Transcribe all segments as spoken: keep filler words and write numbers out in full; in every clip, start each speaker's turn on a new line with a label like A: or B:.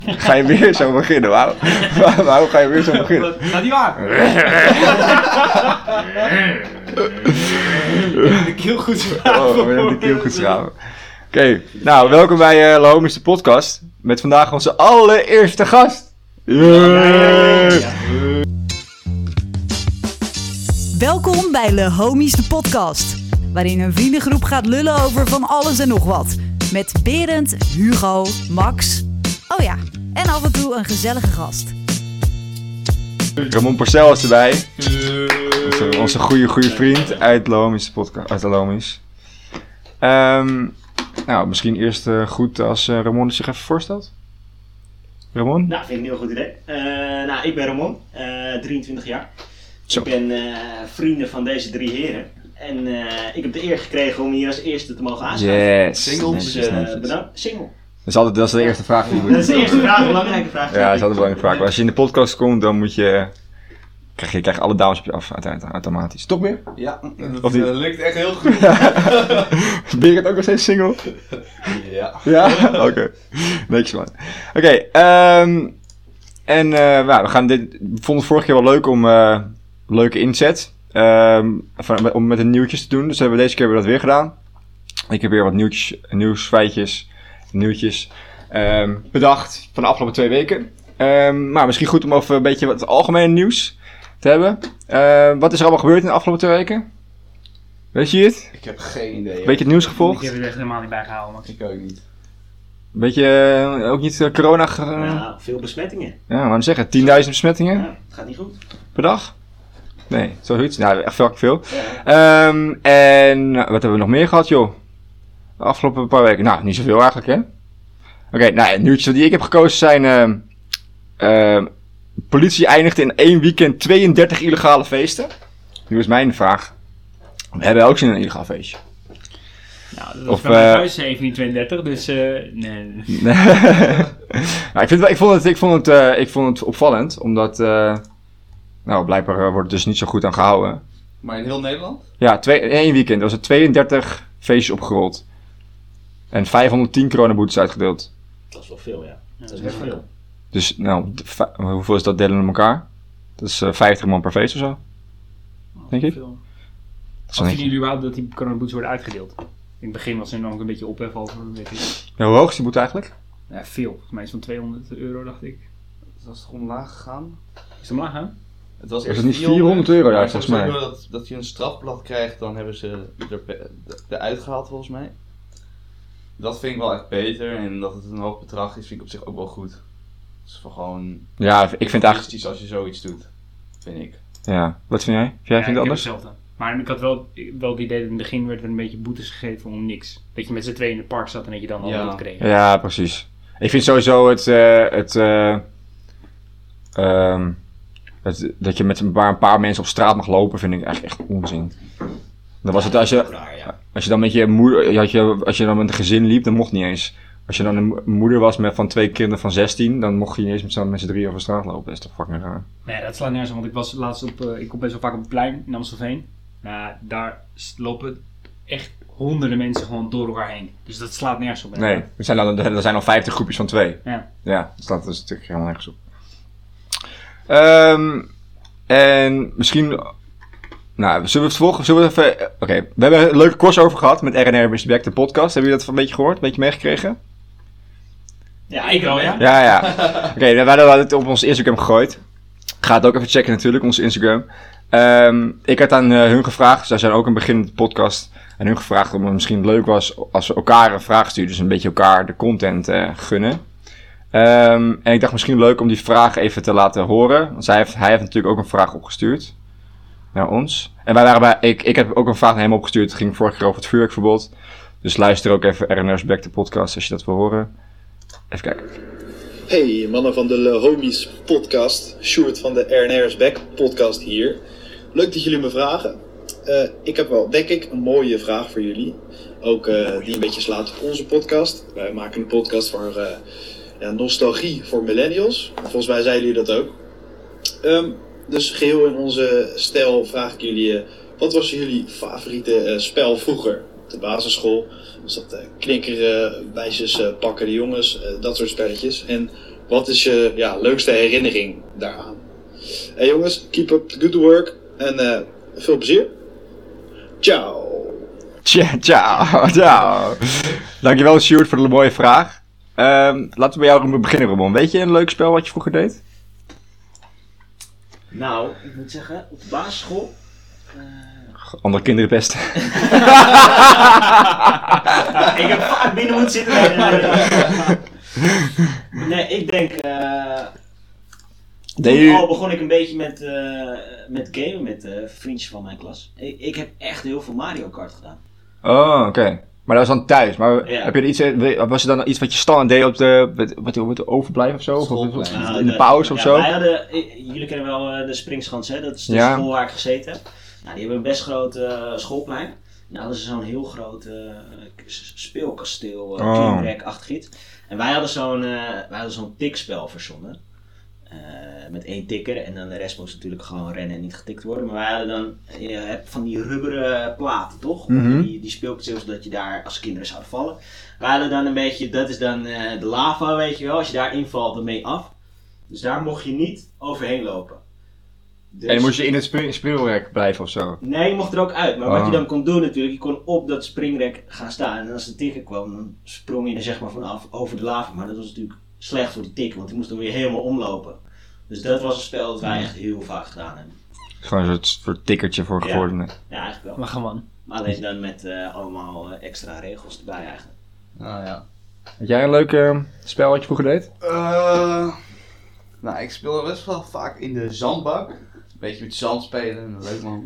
A: Ga je weer zo beginnen? Waarom, waarom ga je weer zo beginnen?
B: Gaat niet waar. De keel goed schraven.
A: Oh, we hebben de keel goed schraven. Oké, okay, nou, welkom bij uh, Lahomies de podcast. Met vandaag onze allereerste gast. Yeah.
C: Welkom bij Lahomies de podcast. Waarin een vriendengroep gaat lullen over van alles en nog wat. Met Berend, Hugo, Max... Oh ja, en af en toe een gezellige gast.
A: Ramon Porcel is erbij. Onze, onze goede, goede vriend uit Lahomies podcast. Uit Lahomies. Um, nou, misschien eerst uh, goed als uh, Ramon zich even voorstelt. Ramon?
D: Nou, vind ik een heel goed idee. Uh, nou, ik ben Ramon, uh, drieëntwintig jaar.
A: Zo.
D: Ik ben uh, vrienden van deze drie heren. En uh, ik heb de eer gekregen om hier als eerste te mogen aanschuiven.
A: Yes.
D: Single, dus uh, bedankt. Single.
A: Dat is, altijd, dat is de eerste vraag die je moet.
D: Dat is de eerste vraag, een belangrijke vraag.
A: Ja, dat is altijd een belangrijke vraag. Maar als je in de podcast komt, dan moet je... Krijg je krijg alle dames op je af, uiteindelijk, automatisch. Toch meer?
E: Ja, dat
A: Of niet?
E: uh, lukt echt heel goed.
A: Ben je het ook nog steeds single?
E: Ja.
A: Ja? Oké. Okay. Netjes man. Oké, okay, um, en uh, nou, we gaan dit... We vonden het vorige keer wel leuk om... Uh, leuke inzet. Um, van, om met een nieuwtjes te doen. Dus hebben we deze keer weer dat weer gedaan. Ik heb weer wat nieuwtjes, nieuwsfeitjes, nieuwtjes um, bedacht van de afgelopen twee weken. Um, maar misschien goed om over een beetje wat algemene nieuws te hebben. Uh, wat is er allemaal gebeurd in de afgelopen twee weken? Weet je het?
E: Ik heb geen idee.
A: Beetje het nieuws gevolgd?
B: Ik heb er echt helemaal niet bij gehouden, Max.
E: Ik ook niet.
A: Beetje, uh, ook niet uh, corona... Ge-
D: Nou, veel besmettingen.
A: Ja, maar zeggen, tienduizend besmettingen
D: Ja, het gaat niet goed.
A: per dag? Nee, zoiets. Nou, echt fucking veel. Ja. Um, en wat hebben we nog meer gehad, joh? De afgelopen paar weken. Nou, niet zoveel eigenlijk, hè? Oké, okay, nou ja, nieuwtjes die ik heb gekozen zijn... Uh, uh, politie eindigde in één weekend tweeëndertig illegale feesten. Nu is mijn vraag. We hebben ook zin in een illegaal feestje.
B: Nou, dat is
A: Of,
B: bij mijn
A: uh,
B: thuis zeventien tweeëndertig, dus uh, nee.
A: nou, ik, vind, ik, vond het, ik, vond het, uh, ik vond het opvallend, omdat... Uh, nou, blijkbaar uh, wordt het dus niet zo goed aan gehouden.
E: Maar in heel Nederland?
A: Ja, twee, in één weekend. Er was er tweeëndertig feestjes opgerold. En vijfhonderdtien coronaboetes uitgedeeld.
D: Dat is wel veel, ja.
B: Ja,
D: Dat is best veel.
A: Dus, nou, v- hoeveel is dat delen met elkaar? Dat is uh, vijftig man per feest of zo. Denk ik?
B: Veel.
A: Dat is
B: Wat
A: wel
B: vinden
A: netjes.
B: jullie überhaupt dat die coronaboetes worden uitgedeeld? In het begin was er nog een beetje ophef over, weet ik.
A: Ja, hoe hoog is die boete eigenlijk?
B: Ja, veel. Volgens mij is het van tweehonderd euro, dacht ik.
E: Het was toch omlaag gegaan?
B: Is het omlaag, hè?
E: Het was
A: Is
E: eerst
A: het niet vierhonderd euro, ja,
E: maar
A: volgens
E: ze
A: mij.
E: zeggen Dat, dat je een strafblad krijgt, dan hebben ze er, er, eruit gehaald volgens mij. Dat vind ik wel echt beter en dat het een hoog bedrag is, vind ik op zich ook wel goed. Het is voor gewoon...
A: Ja, ik vind eigenlijk...
E: realistisch als je zoiets doet, vind ik.
A: Ja, wat vind jij? Jij
B: Ja,
A: vindt
B: ik
A: het
B: heb
A: anders?
B: hetzelfde. Maar ik had wel, wel het idee dat in het begin werd er een beetje boetes gegeven om niks. Dat je met z'n tweeën in het park zat en dat je dan al
E: Ja.
B: wat kreeg.
A: Ja, precies. Ik vind sowieso het... Uh, het, uh, um, het dat je met een paar, een paar mensen op straat mag lopen, vind ik echt, echt onzin. Dan was het als je...
D: Raar, ja.
A: Als je dan met je moeder, had je, als je dan met een gezin liep, dan mocht niet eens. Als je dan een mo- moeder was met van twee kinderen van zestien, dan mocht je niet eens met z'n, met z'n drieën over straat lopen. Dat is toch fucking raar.
B: Nee, dat slaat nergens op, want ik was laatst op, uh, ik kom best wel vaak op het plein in Amstelveen. Nou, daar s- lopen echt honderden mensen gewoon door elkaar heen. Dus dat slaat nergens op.
A: Nee, er zijn dan, er zijn al vijftig groepjes van twee.
B: Ja.
A: Ja, dat slaat dus natuurlijk helemaal nergens op. Um, en misschien... Nou, zullen we het volgen? Zullen we even... Oké, okay. We hebben een leuke crossover gehad met R en R Respect, de podcast. Hebben jullie dat een beetje gehoord? Een beetje meegekregen?
D: Ja,
B: Ik wel, ja.
A: Ja, ja. Oké, okay, we hadden het op ons Instagram gegooid. Ga het ook even checken natuurlijk, onze Instagram. Um, ik had aan uh, hun gevraagd, zij zijn ook een beginnende podcast, aan hun gevraagd of het misschien leuk was als we elkaar een vraag sturen, dus een beetje elkaar de content uh, gunnen. Um, en ik dacht misschien leuk om die vraag even te laten horen, want zij heeft, hij heeft natuurlijk ook een vraag opgestuurd naar ons. En wij waren bij, ik, ik heb ook een vraag naar hem opgestuurd, het ging vorige keer over het vuurwerkverbod. Dus luister ook even R en R's Back de podcast als je dat wil horen. Even kijken.
F: Hey, mannen van de Lahomies podcast. Sjoerd van de R en R's Back podcast hier. Leuk dat jullie me vragen. Uh, ik heb wel, denk ik, een mooie vraag voor jullie. Ook uh, die een beetje slaat op onze podcast. Wij maken een podcast voor uh, ja, nostalgie voor millennials. Volgens mij zeiden jullie dat ook. Um, dus geheel in onze stijl vraag ik jullie... Uh, wat was jullie favoriete uh, spel vroeger? Op de basisschool. Dus dat uh, knikkeren, wijsjes uh, pakken de jongens. Uh, dat soort spelletjes. En Wat is je ja, leukste herinnering daaraan? Hey jongens, keep up the good work en uh, veel plezier. Ciao.
A: Tja, ciao, ciao. Dankjewel Sjoerd voor de mooie vraag. Um, laten we bij jou beginnen, Ramon. Weet je een leuk spel wat je vroeger deed?
D: Nou, ik moet zeggen, op de basisschool... Uh...
A: Andere kinderen pesten.
D: Ik heb vaak binnen moeten zitten. Nee, nee, nee. nee ik denk... Uh... Toen
A: je...
D: al begon ik een beetje met, uh, met gamen met uh, vriendjes van mijn klas. Ik, ik heb echt heel veel Mario Kart gedaan.
A: Oh, oké. Okay. Maar dat was dan thuis. Maar
D: ja.
A: heb je er iets, was er dan iets wat je standaard deed op de, wat, wat, wat de overblijf of zo? Of of,
D: nou,
A: in de
D: de,
A: pauze of
D: ja,
A: zo?
D: Wij hadden, jullie kennen wel uh, de Springschans, hè? Dat is de
A: ja.
D: school waar ik gezeten heb. Nou, die hebben een best groot uh, schoolplein. Nou, dat is zo'n heel groot uh, speelkasteel, uh,
A: oh.
D: klimrek-achtig iets. En wij hadden zo'n, uh, wij hadden zo'n tikspel verzonnen. Uh, met één tikker en dan de rest moest natuurlijk gewoon rennen en niet getikt worden. Maar wij hadden dan je hebt van die rubberen platen, toch?
A: Mm-hmm.
D: Die, die speelkasteel, zodat je daar als kinderen zouden vallen. Wij hadden dan een beetje, dat is dan uh, de lava, weet je wel. Als je daar invalt, dan ben je af. Dus daar mocht je niet overheen lopen. Dus...
A: En dan moest je in het spring- springwerk blijven of zo?
D: Nee, je mocht er ook uit. Maar
A: oh.
D: wat je dan kon doen natuurlijk, je kon op dat springrek gaan staan. En als de tikker kwam, dan sprong je er zeg maar vanaf over de lava. Maar dat was natuurlijk slecht voor die tikker, want die moest dan weer helemaal omlopen. Dus dat was een spel dat wij echt heel vaak gedaan hebben.
A: Gewoon een soort, soort tikkertje voor gevorderden.
D: Ja, ja eigenlijk wel.
B: Maar gewoon.
D: Maar alleen dan met uh, allemaal uh, extra regels erbij eigenlijk.
E: Nou ja.
A: Had jij een leuk uh, spel wat je vroeger deed?
E: Uh, nou, ik speelde best wel vaak in de zandbak. Een beetje met zand spelen, leuk man.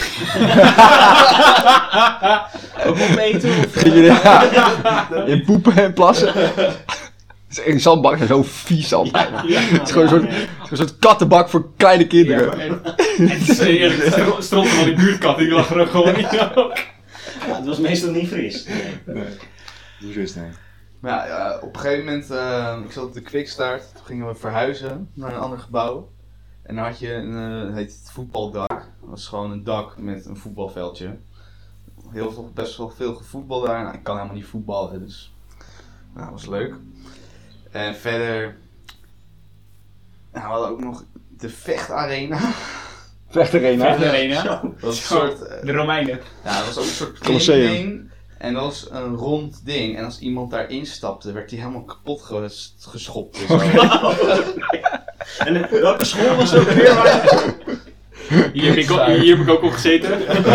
D: Ook opeten?
A: Ging je ja, in poepen en plassen? In zandbak is zo vies altijd.
D: Ja, ja,
A: het is gewoon
D: ja,
A: een soort,
D: ja.
A: een soort kattenbak voor kleine kinderen.
B: Ja, en, en het is eerlijk, stronten van die buurtkat, die lag er ook gewoon niet ook.
D: Ja, het was meestal niet fris. Nee.
A: Nee. Hoe is het? Nee.
E: Maar ja, ja, op een gegeven moment, uh, ik zat op de Kwikstaart, toen gingen we verhuizen naar een ander gebouw. En dan had je een, uh, heet het voetbaldak. Dat was gewoon een dak met een voetbalveldje. Heel veel, best wel veel gevoetbal daar. Nou, ik kan helemaal niet voetballen, dus nou, dat was leuk. En verder, nou, we hadden ook nog de vechtarena.
A: Vechtarena?
B: Vechtarena.
E: Dat was een soort, uh,
B: de Romeinen.
E: ja, dat was ook een soort
A: Colosseum.
E: ding. En dat was een rond ding. En als iemand daarin stapte, werd hij helemaal kapot ges- geschopt. Dus
D: En welke school was het ook weer?
B: Hier heb ik ook, hier heb ik ook op gezeten.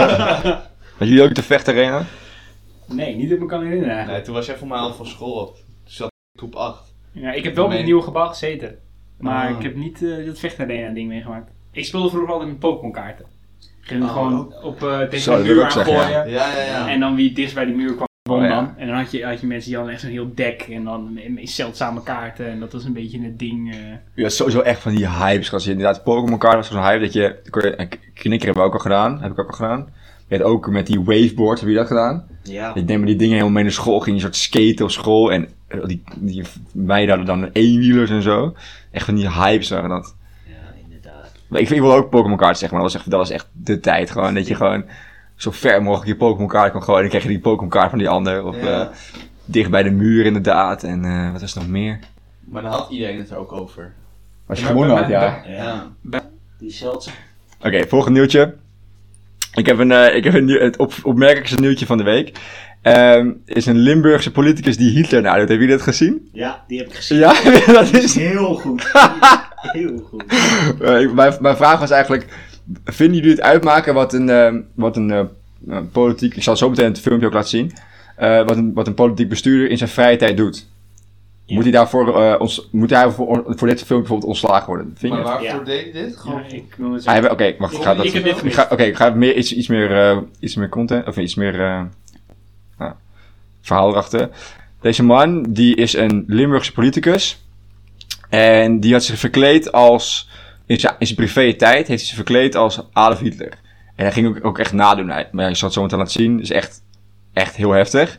A: Had jullie ook de vechtarena?
B: Nee, niet dat ik me kan herinneren.
E: nee, toen was jij voor mij al van school op. Dus zat ik groep acht.
B: Ja, ik heb wel op het nieuwe gebouw gezeten. Maar
E: Ah.
B: ik heb niet uh, dat vechtarena ding meegemaakt. Ik speelde vroeger altijd met Pokémon kaarten. Ik ging
E: Oh.
B: gewoon op, uh, tegen
A: Zo,
B: de
A: dat
B: muur
A: wil ik zeggen,
B: aangooien.
E: Ja, ja, ja.
B: En dan wie het dichtst bij die muur kwam, won
A: Oh, ja.
B: dan. En dan had je, had je mensen die hadden echt zo'n heel deck. En dan de meest zeldzame kaarten. En dat was een beetje het ding. Uh...
A: Ja, sowieso echt van die hypes. Als je inderdaad Pokémon kaart was zo'n hype dat je... Knikker hebben we ook al gedaan. Heb ik ook al gedaan. Je had ook met die waveboard, heb je dat gedaan?
D: Ja.
A: Ik neem maar die dingen helemaal mee naar school. Ging je soort skaten op school. En uh, die, die meiden hadden dan eenwielers en zo. Echt van die hypes waren dat.
D: Ja, inderdaad.
A: Maar ik, ik wil ook Pokémon kaart zeggen, maar dat was echt, dat was echt de tijd gewoon. Dat je gewoon zo ver mogelijk je Pokémon kaart kon gooien. En dan kreeg je die Pokémon kaart van die ander. Of
E: Ja.
A: uh, dicht bij de muur inderdaad. En uh, wat was er nog meer?
E: Maar dan had iedereen het er ook over.
A: Als je
B: Maar
A: gewonnen
B: bij
A: had,
B: mij-
A: ja.
D: Ja. Die zeldzaam.
A: Oké, okay, volgende nieuwtje. Ik heb een, uh, ik heb een nieuw, het op, opmerkelijkste nieuwtje van de week. Um, is een Limburgse politicus die Hitler nadoet. Hebben jullie dat gezien?
D: Ja, die heb ik gezien.
A: Ja, dat is...
D: Heel goed. Heel goed.
A: Uh, mijn, mijn vraag was eigenlijk... Vinden jullie het uitmaken wat een, uh, wat een uh, politiek... Ik zal zo meteen het filmpje ook laten zien. Uh, wat, een, wat een politiek bestuurder in zijn vrije tijd doet.
D: Ja.
A: Moet hij daarvoor... Uh, ons, moet hij voor, voor dit filmpje bijvoorbeeld ontslagen worden? Vind je
E: Maar
A: het?
E: waarvoor
D: Ja.
E: deed hij dit? Gewoon...
B: Ja, ik wil het
A: Ah,
B: zeggen.
A: Oké, okay, wacht. Ik
B: Ik-
A: ga, dat,
B: ik heb dit
A: ik
B: gemist.
A: ga, Oké, ik ga meer, iets, iets, meer, uh, iets meer content... Of iets meer... Uh, nou, verhaal erachter. Deze man, die is een Limburgse politicus. En die had zich verkleed als... In zijn, in zijn privé tijd heeft hij zich verkleed als Adolf Hitler. En hij ging ook, ook echt nadoen. Hij, maar ik zal het zo meteen laten zien. Het is echt, echt heel heftig.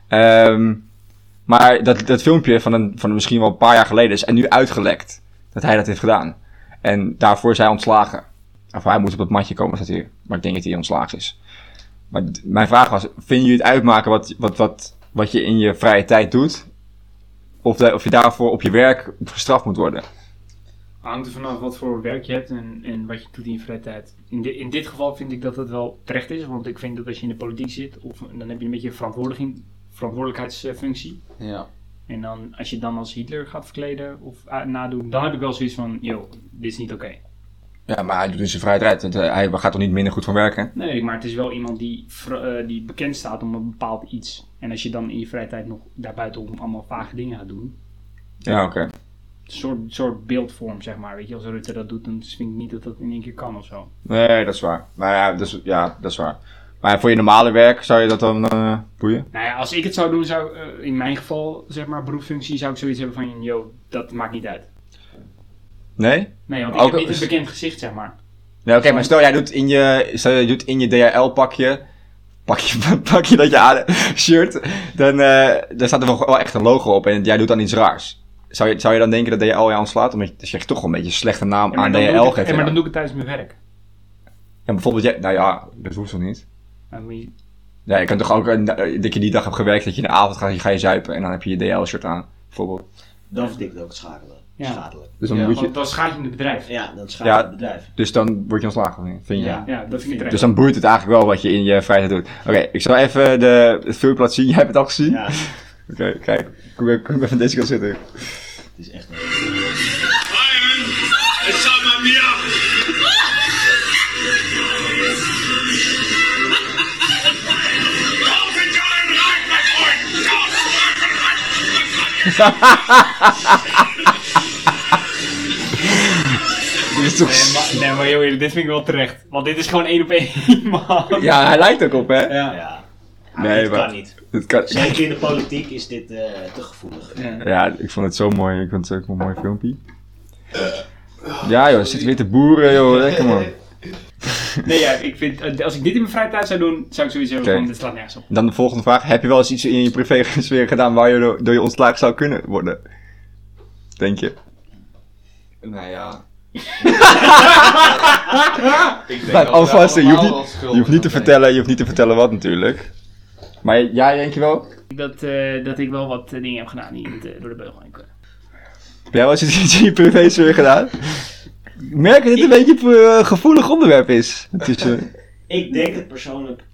A: Um, maar dat, dat filmpje van, een, van misschien wel een paar jaar geleden is en nu uitgelekt. Dat hij dat heeft gedaan. En daarvoor is hij ontslagen. Of hij moet op het matje komen, staat hier. Maar ik denk dat hij ontslagen is. Maar d- mijn vraag was, vinden jullie het uitmaken wat, wat, wat, wat je in je vrije tijd doet? of, de, of je daarvoor op je werk gestraft moet worden.
B: Hangt er vanaf wat voor werk je hebt en, en wat je doet in je vrije tijd. In, di- in dit geval vind ik dat het wel terecht is, want ik vind dat als je in de politiek zit, of, dan heb je een beetje een verantwoordelijking, verantwoordelijkheidsfunctie.
E: Ja.
B: En dan, als je dan als Hitler gaat verkleden of uh, nadoen, dan heb ik wel zoiets van, yo, dit is niet oké. Okay.
A: Ja, maar hij doet in zijn vrije tijd. Want, uh, hij gaat toch niet minder goed van werken?
B: Nee, maar het is wel iemand die, uh, die bekend staat om een bepaald iets. En als je dan in je vrije tijd nog daarbuitenom allemaal vage dingen gaat doen.
A: Ja, oké. Okay.
B: Een soort, soort beeldvorm, zeg maar. Weet je, als Rutte dat doet, dan vind ik niet dat dat in één keer kan of zo.
A: Nee, dat is waar. Maar ja, dat is, ja, dat is waar. Maar voor je normale werk zou je dat dan uh, boeien?
B: Nou ja, als ik het zou doen, zou uh, in mijn geval, zeg maar, beroepsfunctie, zou ik zoiets hebben van, yo, dat maakt niet uit.
A: Nee?
B: Nee, want ik
A: Ook,
B: heb niet een bekend gezicht, zeg maar.
A: Nee, oké, okay, maar stel jij doet in je, stel je doet in je D H L-pakje, pakje, pakje dat je aan shirt, dan, uh, dan staat er wel, wel echt een logo op en jij doet dan iets raars. Zou je, zou je dan denken dat D H L je ontslaat? Omdat je, dus je toch wel een beetje een slechte naam
B: ja,
A: aan D H L geeft.
B: Ja, maar dan doe ik het tijdens mijn werk.
A: Ja, bijvoorbeeld jij, nou ja, dat hoeft toch niet?
B: Ja, je...
A: ja, je kan toch ook, uh, dat je die dag hebt gewerkt, dat je in de avond gaat, ga je zuipen en dan heb je je D H L-shirt aan, bijvoorbeeld.
D: Dan vind ik het ook schadelijk.
B: Ja.
D: schadelijk.
A: Dus dan
E: Ja,
A: moet je...
B: Dan schaad je in het bedrijf.
D: Ja, dan schaadt
A: Ja,
D: het bedrijf.
A: Dus dan word je ontslagen, vind je?
B: Ja, ja, dat vind ik terecht.
A: Dus dan boeit het eigenlijk wel wat je in je vrijheid doet. Oké, okay, ik zal even de, het filmpje laten zien. Jij hebt het al gezien?
D: Ja.
A: Oké, okay, kijk. Kom, kom even deze kant zitten.
D: Het is echt een...
A: Dit is toch...
B: Nee, maar, nee, maar joh, dit vind ik wel terecht. Want dit is gewoon één op één, man.
A: Ja, hij lijkt ook op, hè?
B: Ja.
D: Ja.
A: Nee,
D: dit
A: maar...
D: kan niet.
A: Dit kan...
D: Zeker in de politiek is dit uh, te gevoelig.
B: Ja.
A: Ja, ik vond het zo mooi. Ik vond het ook een mooi filmpje. Ja, joh, zit weer te boeren, joh. Lekker, man.
B: Nee, ja, ik vind, als ik dit in mijn vrije tijd zou doen, zou ik sowieso
A: Okay.
B: van, dit slaat nergens op.
A: Dan de volgende vraag. Heb je wel eens iets in je privésfeer gedaan waar je door, door je ontslagen zou kunnen worden? Denk je?
E: Nou ja. Ik
A: Maar
E: dat
A: alvast,
E: we
A: je hoeft
E: allemaal wel
A: niet,
E: schuldig
A: je hoeft niet te
E: zijn.
A: vertellen, je hoeft niet te vertellen wat natuurlijk. Maar jij denk je wel?
B: Dat, uh, dat ik wel wat uh, dingen heb gedaan die niet uh, door de beugel heen kunnen.
A: Heb jij wel eens iets in je privésfeer gedaan? Ik merk dat dit een beetje een uh, gevoelig onderwerp is. Het is uh...
D: Ik denk het persoonlijk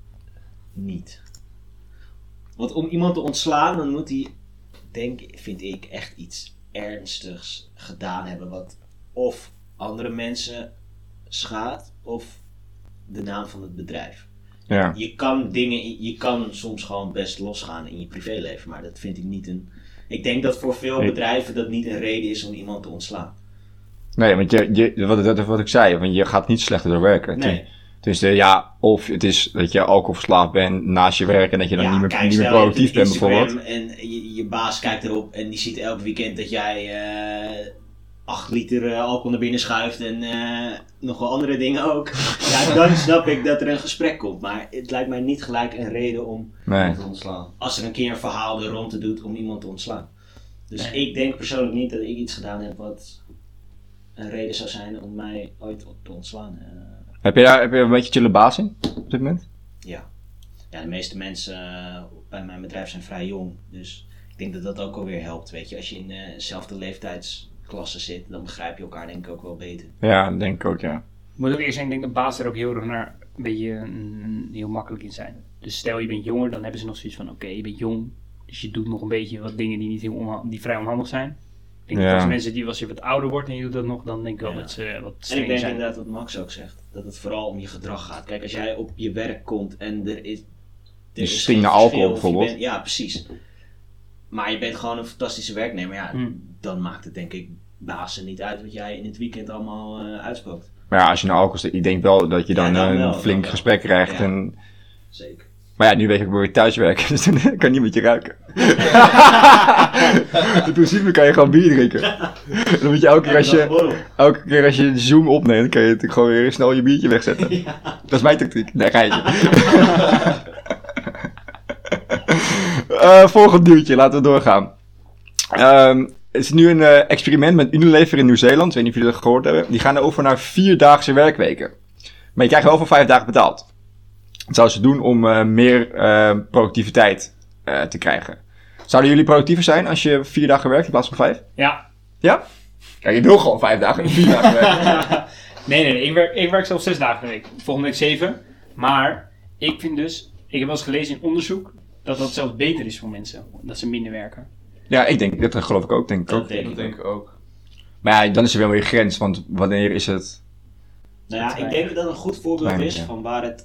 D: niet. Want om iemand te ontslaan, dan moet hij, denk, vind ik, echt iets ernstigs gedaan hebben. Wat of andere mensen schaadt, of de naam van het bedrijf.
A: Ja.
D: Je kan dingen, je kan soms gewoon best losgaan in je privéleven, maar dat vind ik niet een... Ik denk dat voor veel
A: Nee.
D: bedrijven dat niet een reden is om iemand te ontslaan.
A: Nee, want je, je, wat, wat, wat ik zei, want je gaat niet slechter door werken.
D: Nee.
A: Dus de, ja, of het is dat je alcoholverslaafd bent naast je werk en dat je dan
D: Ja,
A: niet meer,
D: kijk,
A: niet meer
D: stel je
A: productief
D: hebt
A: bent
D: Instagram
A: bijvoorbeeld.
D: En je, je baas kijkt erop en die ziet elk weekend dat jij uh, acht liter uh, alcohol naar binnen schuift en uh, nog wel andere dingen ook. Ja, dan snap ik dat er een gesprek komt. Maar het lijkt mij niet gelijk een reden om,
A: Nee.
E: Te ontslaan.
D: als er een keer een verhaal er rond te doet, om iemand te ontslaan. Dus
B: Nee.
D: ik denk persoonlijk niet dat ik iets gedaan heb wat een reden zou zijn om mij ooit te ontslaan. Uh,
A: Heb je daar heb je een beetje chille baas in op dit moment?
D: Ja. Ja, de meeste mensen uh, bij mijn bedrijf zijn vrij jong. Dus ik denk dat dat ook alweer helpt. Weet je, als je in dezelfde leeftijdsklasse zit, dan begrijp je elkaar denk ik ook wel beter.
A: Ja, dat denk ik ook, ja.
B: Ik moet ook eerst zeggen, ik denk dat baas er ook heel erg naar een beetje mm, heel makkelijk in zijn. Dus stel je bent jonger, dan hebben ze nog zoiets van, oké, okay, je bent jong. Dus je doet nog een beetje wat dingen die, niet heel onha- die vrij onhandig zijn. Ik denk
A: Ja.
B: dat als mensen die, als je wat ouder wordt en je doet dat nog, dan denk ik wel
D: Ja.
B: dat ze wat
D: En ik
B: strenger
D: denk
B: zijn.
D: inderdaad wat Max ook zegt. Dat het vooral om je gedrag gaat. Kijk, als jij op je werk komt en er is... Er
A: Je
D: is
A: stinkt
D: geen
A: naar alcohol
D: verschil of je
A: bijvoorbeeld.
D: bent- ja, precies. Maar je bent gewoon een fantastische werknemer. Ja,
B: Hmm.
D: dan maakt het denk ik bazen niet uit wat jij in het weekend allemaal uh, uitspookt.
A: Maar ja, als je naar alcohol zit, ik denk wel dat je dan,
D: Ja, dan
A: een
D: wel,
A: flink
D: dan wel.
A: gesprek krijgt.
D: Ja.
A: En...
D: Zeker.
A: Maar ja, nu weet ik ook weer thuiswerken, dus dan kan niemand je ruiken. In principe kan je gewoon bier drinken. En dan moet je elke keer als je, elke keer als je Zoom opneemt, dan kan je natuurlijk gewoon weer snel je biertje wegzetten.
D: Ja.
A: Dat is mijn tactiek. Nee, geitje. uh, volgend nieuwtje, laten we doorgaan. Um, het is nu een uh, experiment met Unilever in Nieuw-Zeeland. Ik weet niet of jullie dat gehoord hebben. Die gaan over naar vierdaagse werkweken. Maar je krijgt wel voor vijf dagen betaald. Dat zouden ze doen om uh, meer uh, productiviteit uh, te krijgen. Zouden jullie productiever zijn als je vier dagen werkt in plaats van vijf?
B: Ja.
A: Ja? Kijk, je wil gewoon vijf dagen en vier dagen werken.
B: nee, nee, nee. Ik werk, ik werk zelfs zes dagen per week. Volgende week zeven. Maar ik vind dus... Ik heb wel eens gelezen in onderzoek dat dat zelfs beter is voor mensen. Dat ze minder werken.
A: Ja, ik denk, dat geloof ik ook, denk ik ook.
D: Dat denk
E: Dat
D: ik
E: denk
D: ook.
E: ik ook.
A: Maar ja, dan is er wel weer grens, want wanneer is het...
D: Nou ja, ik denk dat een goed voorbeeld
A: Weinig,
D: is
A: ja.
D: van waar het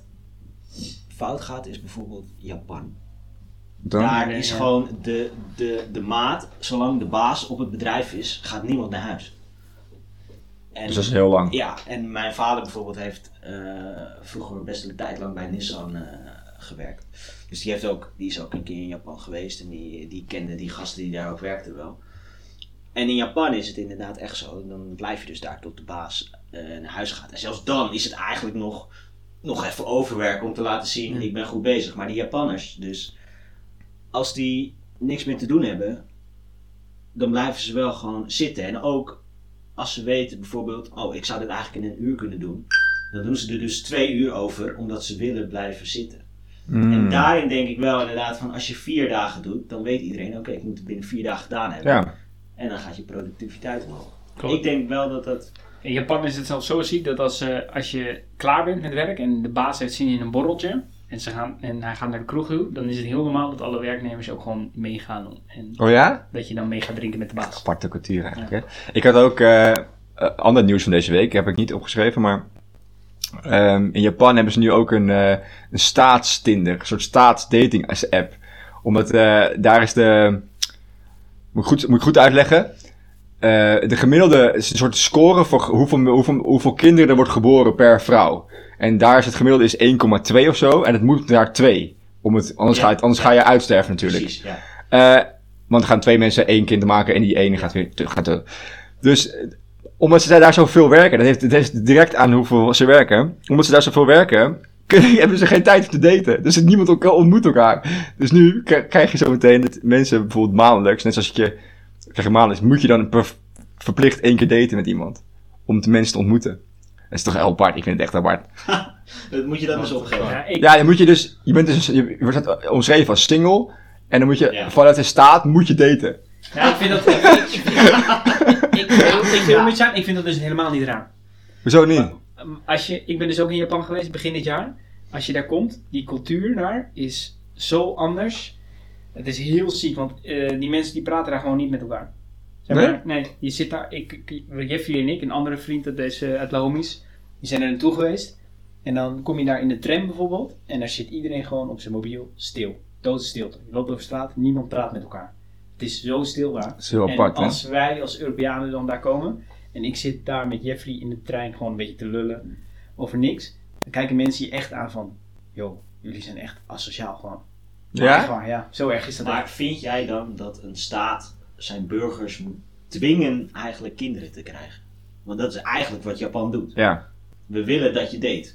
D: fout gaat, is bijvoorbeeld Japan.
A: Dan?
D: Daar
B: Nee,
D: is
B: ja.
D: gewoon de, de, de maat, zolang de baas op het bedrijf is, gaat niemand naar huis. En,
A: Dus dat is heel lang.
D: Ja, en mijn vader bijvoorbeeld heeft eh, vroeger best een tijd lang bij Nissan eh, gewerkt. Dus die, heeft ook, die is ook een keer in Japan geweest en die, die kende die gasten die daar ook werkten wel. En in Japan is het inderdaad echt zo, dan blijf je dus daar tot de baas eh, naar huis gaat. En zelfs dan is het eigenlijk nog, nog even overwerken om te laten zien,
B: Hmm.
D: ik ben goed bezig. Maar die Japanners, dus als die niks meer te doen hebben, dan blijven ze wel gewoon zitten. En ook als ze weten bijvoorbeeld, oh ik zou dit eigenlijk in een uur kunnen doen, dan doen ze er dus twee uur over, omdat ze willen blijven zitten.
A: Mm.
D: En daarin denk ik wel inderdaad van, als je vier dagen doet, dan weet iedereen, oké, ik moet het binnen vier dagen gedaan hebben.
A: Ja.
D: En dan gaat je productiviteit omhoog.
B: Klopt.
D: Ik denk wel dat dat...
B: In Japan is het zelfs zo ziek dat als, eh, als je klaar bent met werk en de baas heeft zin in een borreltje en, ze gaan, en hij gaat naar de kroeg toe, dan is het heel normaal dat alle werknemers ook gewoon meegaan. En
A: Oh ja?
B: dat je dan mee gaat drinken met de baas.
A: Aparte kwartier eigenlijk, hè? Ik had ook eh, eh, ander nieuws van deze week, heb ik niet opgeschreven, maar ehm, in Japan hebben ze nu ook een, eh een staatstinder, een soort staatsdating app. Omdat eh, daar is de, moet ik goed, moet ik goed uitleggen, Eh, de gemiddelde is een soort score voor hoeveel, hoeveel, hoeveel kinderen er wordt geboren per vrouw. En daar is het gemiddelde is één komma twee of zo, en het moet naar twee. Om het, anders,
D: Ja,
A: ga je, anders
D: ja.
A: ga je uitsterven natuurlijk.
D: Precies, ja.
A: Eh, want er gaan twee mensen één kind maken en die ene gaat weer te, gaat te. Dus eh, omdat ze daar zoveel werken, dat heeft, dat heeft direct aan hoeveel ze werken. Omdat ze daar zoveel werken, kunnen, hebben ze geen tijd om te daten. Dus niemand elkaar ontmoet elkaar. Dus nu k- krijg je zo meteen dat mensen bijvoorbeeld maandelijks, net zoals je, krijg je maandelijks, moet je dan per, verplicht één keer daten met iemand. Om de mensen te ontmoeten. Dat is toch heel apart, ik vind het echt apart.
D: Dat moet je dan eens opgeven.
B: Ja, ik,
A: Ja, dan moet je dus, je bent dus, je wordt omschreven als single. En dan moet je,
D: Ja.
A: vanuit de staat moet je daten.
B: ja, ik vind dat... Ik, ik, ik, ik, ik, ik wil met zijn, ik vind dat dus helemaal niet raar.
A: Hoezo niet?
B: Um, Als je, ik ben dus ook in Japan geweest begin dit jaar. Als je daar komt, die cultuur daar is zo anders. Het is heel ziek, want eh, die mensen die praten daar gewoon niet met elkaar. Zeg maar, nee? je zit daar, ik, ik, Jeffrey en ik, een andere vriend dat is, uh, uit La Homies, die zijn er naartoe geweest. En dan kom je daar in de tram bijvoorbeeld, en daar zit iedereen gewoon op zijn mobiel stil. Doodstilte. Je loopt over straat, niemand praat met elkaar. Het is zo stil daar.
A: Dat is heel
B: En
A: apart, hè?
B: als wij als Europeanen dan daar komen, en ik zit daar met Jeffrey in de trein gewoon een beetje te lullen over niks, dan kijken mensen je echt aan van, yo, jullie zijn echt asociaal gewoon.
A: Ja?
B: Echt waar, ja. Zo erg is dat
D: Maar
B: echt.
D: vind jij dan dat een staat zijn burgers moet dwingen eigenlijk kinderen te krijgen? Want dat is eigenlijk wat Japan doet.
A: Ja.
D: We willen dat je date.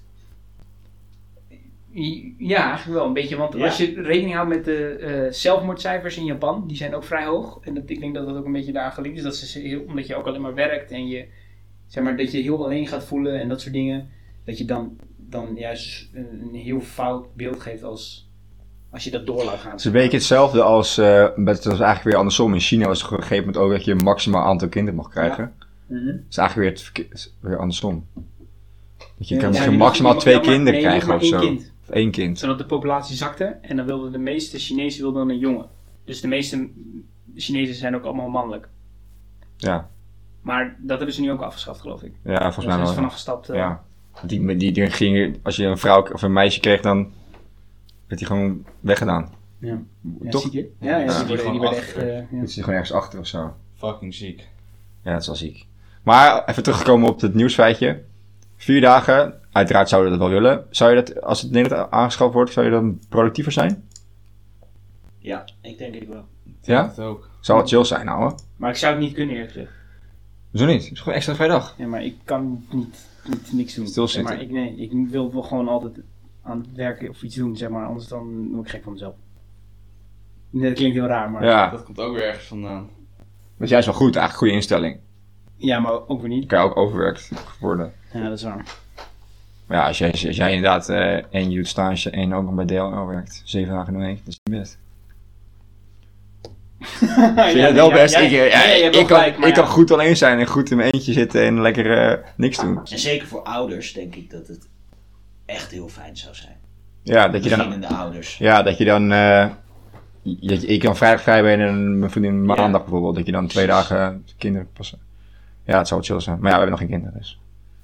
B: Ja, eigenlijk wel een beetje, want
D: Ja?
B: als je rekening houdt met de eh, zelfmoordcijfers in Japan, die zijn ook vrij hoog. En dat, ik denk dat dat ook een beetje daar gelinkt is, dat ze heel, omdat je ook alleen maar werkt en je, zeg maar, dat je heel alleen gaat voelen en dat soort dingen, dat je dan, dan juist een, een heel fout beeld geeft als, als je dat door laat gaan.
A: Het is een beetje hetzelfde als, uh, het was eigenlijk weer andersom. In China was het op een gegeven moment ook dat je een maximaal aantal kinderen mag krijgen.
B: Mhm.
A: Het is eigenlijk weer, het verke- is weer andersom. Dat je
B: Ja,
A: kan
B: ja,
A: je
B: je
A: maximaal
B: mag-
A: twee
B: je mag maar-
A: kinderen
B: nee, je mag
A: krijgen
B: maar
A: of
B: één
A: zo.
B: kind.
A: Of één kind.
B: Zodat de populatie zakte en dan wilden de meeste Chinezen wilden een jongen. Dus de meeste Chinezen zijn ook allemaal mannelijk.
A: Ja,
B: Maar dat hebben ze nu ook afgeschaft, geloof ik.
A: ja volgens
B: Daar
A: mij
B: zijn ze
A: wel.
B: vanaf gestapt. eh.
A: Ja. Die, die, die ging, als je een vrouw of een meisje kreeg, dan werd die gewoon weggedaan.
B: Ja. Ja,
A: Toch?
B: zie je? Ja, ja,
E: Ja,
B: die
E: die
B: worden, die
E: gewoon
B: worden echt...
E: achter.
B: eh, ja.
A: Zit hij gewoon ergens achter of zo.
E: Fucking ziek.
A: Ja, dat is wel ziek. Maar even teruggekomen op het nieuwsfeitje. Vier dagen, uiteraard zouden we dat wel willen. Zou je dat, als het in Nederland aangeschaft wordt, zou je dan productiever zijn?
D: Ja, ik denk ik wel.
A: Ja?
E: Dat ook.
A: Zou wel chill zijn, ouwe.
B: Maar ik zou het niet kunnen, eerlijk gezegd.
A: Hoezo niet? Het is gewoon extra vrijdag.
B: Ja, maar ik kan niet, niet niks doen.
A: Stilzitten.
B: Zeg maar ik, nee, ik wil wel gewoon altijd aan het werken of iets doen, zeg maar. Anders dan word ik gek van mezelf. Nee, dat klinkt heel raar, maar...
A: Ja,
E: Dat komt ook weer ergens vandaan.
A: dat is juist wel goed, eigenlijk goede instelling.
B: Ja, maar ook weer
A: Dan
B: niet.
A: kan je ook overwerkt worden.
B: Ja, dat is waar.
A: Maar ja, als jij, als jij inderdaad eh en je doet stage en ook nog bij D L L werkt, zeven dagen in de week, dat is niet best. Vind je het wel best? Ik, ja,
D: ja, je hebt wel
A: ik, kan,
D: gelijk, maar
A: ik
D: ja.
A: kan goed alleen zijn en goed in mijn eentje zitten en lekker uh, niks doen.
D: En zeker voor ouders denk ik dat het echt heel fijn zou zijn.
A: Ja, dat je dan...
D: Beginnende ouders.
A: Ja, dat je dan... Uh, je, ik kan vrijdag vrij ben en mijn vriendin maandag
D: Ja.
A: bijvoorbeeld. Dat je dan twee dagen kinderen passen. Ja, het zou wel chill zijn. Maar ja, we hebben nog geen kinderen dus.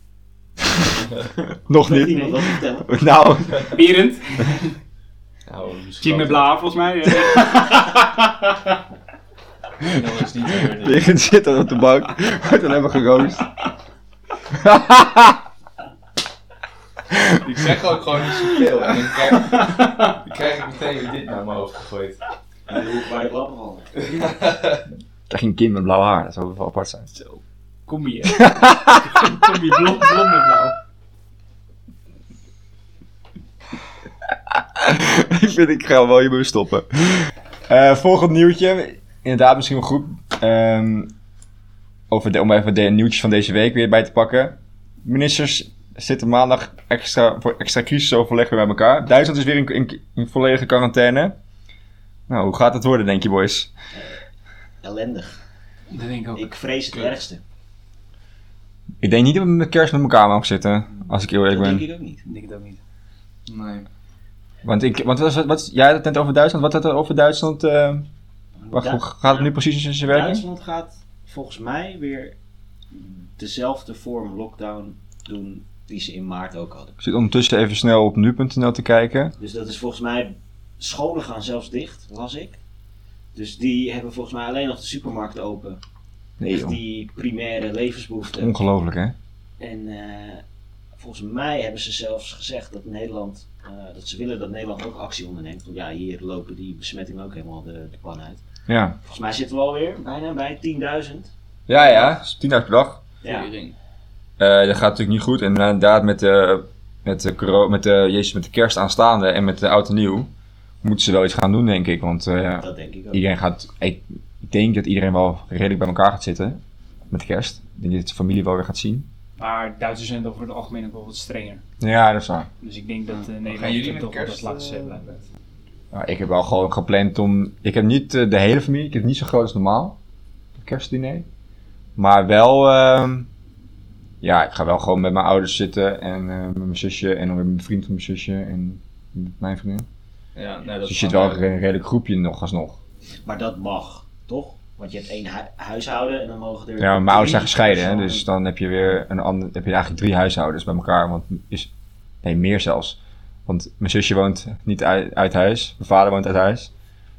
A: Nog
D: Wil
A: niet.
D: iemand wat vertellen?
A: Nou,
B: Berend.
E: Nou, misschien
B: Jim met
E: wel.
B: Bla, volgens mij.
E: Dat is niet meer.
A: Berend zit dan op de bank. Wordt dan even geroost.
E: Ik zeg ook gewoon niet zoveel. En dan krijg, dan krijg ik meteen weer dit naar mijn hoofd gegooid.
D: De hoek waar de klappen vallen.
A: Krijg je een kind met blauw haar. Dat zou wel apart zijn.
B: Zo. Kom je. Kom je blond, blond met blauw.
A: Ik vind ik ga wel hierbij stoppen. Uh, volgend nieuwtje. Inderdaad, misschien wel goed. Um, over de, om even de nieuwtjes van deze week weer bij te pakken. Ministers zitten maandag extra, voor extra crisisoverleg weer bij elkaar. Duitsland is weer in, in, in volledige quarantaine. Nou, hoe gaat het worden, denk je, boys?
D: Ellendig.
B: Dat denk ik ook.
D: Ik vrees het ergste.
A: Ik denk niet dat we met kerst met elkaar mogen zitten. Als ik heel eerlijk
D: Dat
A: ben.
D: denk ik ook niet.
B: Ik denk het ook niet.
E: Nee.
A: Want ik, want wat, wat, jij had het net over Duitsland. Wat had het over Duitsland? Uh, wacht,
D: Du-
A: hoe gaat het nu precies in zijn werking?
D: Duitsland gaat volgens mij weer dezelfde vorm lockdown doen die ze in maart ook hadden.
A: Ik zit ondertussen even snel op nu punt n l te kijken.
D: Dus dat is volgens mij, scholen gaan zelfs dicht, las ik. Dus die hebben volgens mij alleen nog de supermarkt open.
A: Nee,
D: Echt
A: joh.
D: die primaire levensbehoeften.
A: Ongelooflijk, hè?
D: En uh, volgens mij hebben ze zelfs gezegd dat Nederland, uh, dat ze willen dat Nederland ook actie onderneemt. Want ja, hier lopen die besmettingen ook helemaal de, de pan uit.
A: Ja.
D: Volgens mij zitten we alweer bijna bij tienduizend.
A: Ja, ja. tienduizend per dag.
D: Ja.
E: Tering.
A: Uh, dat gaat natuurlijk niet goed. En inderdaad, met de, met de, coro- met de, jezus, met de kerst aanstaande en met de oud en nieuw, moeten ze wel iets gaan doen, denk ik. Want uh,
D: Dat denk ik ook.
A: iedereen gaat, ik, ik denk dat iedereen wel redelijk bij elkaar gaat zitten met kerst. Ik denk dat de familie wel weer gaat zien.
B: Maar Duitsers zijn over het algemeen ook wel wat strenger.
A: Ja, dat is waar.
B: Dus ik denk dat uh, Nederland
E: Gaan jullie
B: er
E: met
B: toch wel
E: kerst,
B: wat laten
E: uh,
B: blijven.
A: Nou, ik heb wel gewoon gepland om... Ik heb niet uh, de hele familie, ik heb het niet zo groot als normaal. Het kerstdiner. Maar wel... Uh, ja, ik ga wel gewoon met mijn ouders zitten en uh, met mijn zusje en dan weer met mijn vriend van mijn zusje en met mijn vriendin.
E: Ja, nee, dat
A: Dus je
E: is
A: zit wel in een redelijk groepje nog alsnog.
D: Maar dat mag, toch? Want je hebt één hu- huishouden en dan mogen er...
A: Ja, maar mijn ouders zijn
D: drie
A: gescheiden, hè,
D: personen-
A: dus dan heb je weer een ander, heb je eigenlijk drie huishoudens bij elkaar. Want is, nee, meer zelfs. Want mijn zusje woont niet uit, uit huis, mijn vader woont uit huis.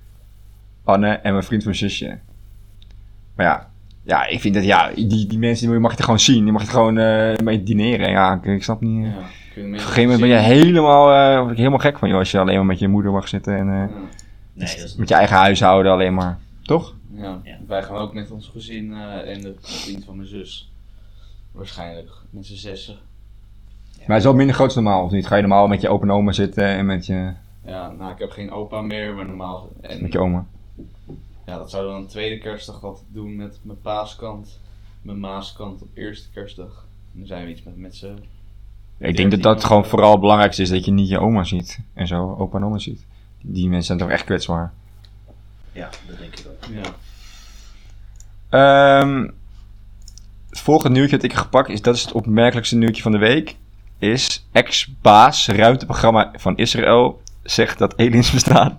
A: Anne en mijn vriend van mijn zusje. Maar ja, ja ik vind dat, ja, die, die mensen die mag je er gewoon zien. Die mag je er gewoon uh, mee dineren. Ja, ik snap niet. Uh,
E: Ja,
A: op
E: kun je
A: een
E: meer
A: gegeven moment ben je helemaal, uh, word ik helemaal gek van, joh, als je alleen maar met je moeder mag zitten en uh,
E: Ja.
D: Nee, dat is
A: met je eigen huishouden alleen maar. Toch?
E: Ja.
D: Ja.
E: Wij gaan ook met ons gezin uh, en de vriend van mijn zus. Waarschijnlijk met z'n zessen.
A: Maar het is wel minder groot dan normaal, of niet? Ga je normaal met je opa en oma zitten en met je,
E: Ja, nou ik heb geen opa meer, maar normaal. En
A: met je oma?
E: ja, dat zouden we dan tweede kerstdag wat doen met mijn paaskant, mijn maaskant op eerste kerstdag. En dan zijn we iets met, met z'n...
A: Ik denk dat dat gewoon vooral het belangrijkste is, dat je niet je oma ziet en zo, opa en oma ziet. Die mensen zijn toch echt kwetsbaar.
D: Ja, dat denk ik ook.
E: Ja.
A: Um, het volgende nieuwtje dat ik heb gepakt, is, dat is het opmerkelijkste nieuwtje van de week, is ex-baas ruimteprogramma van Israël zegt dat aliens bestaan.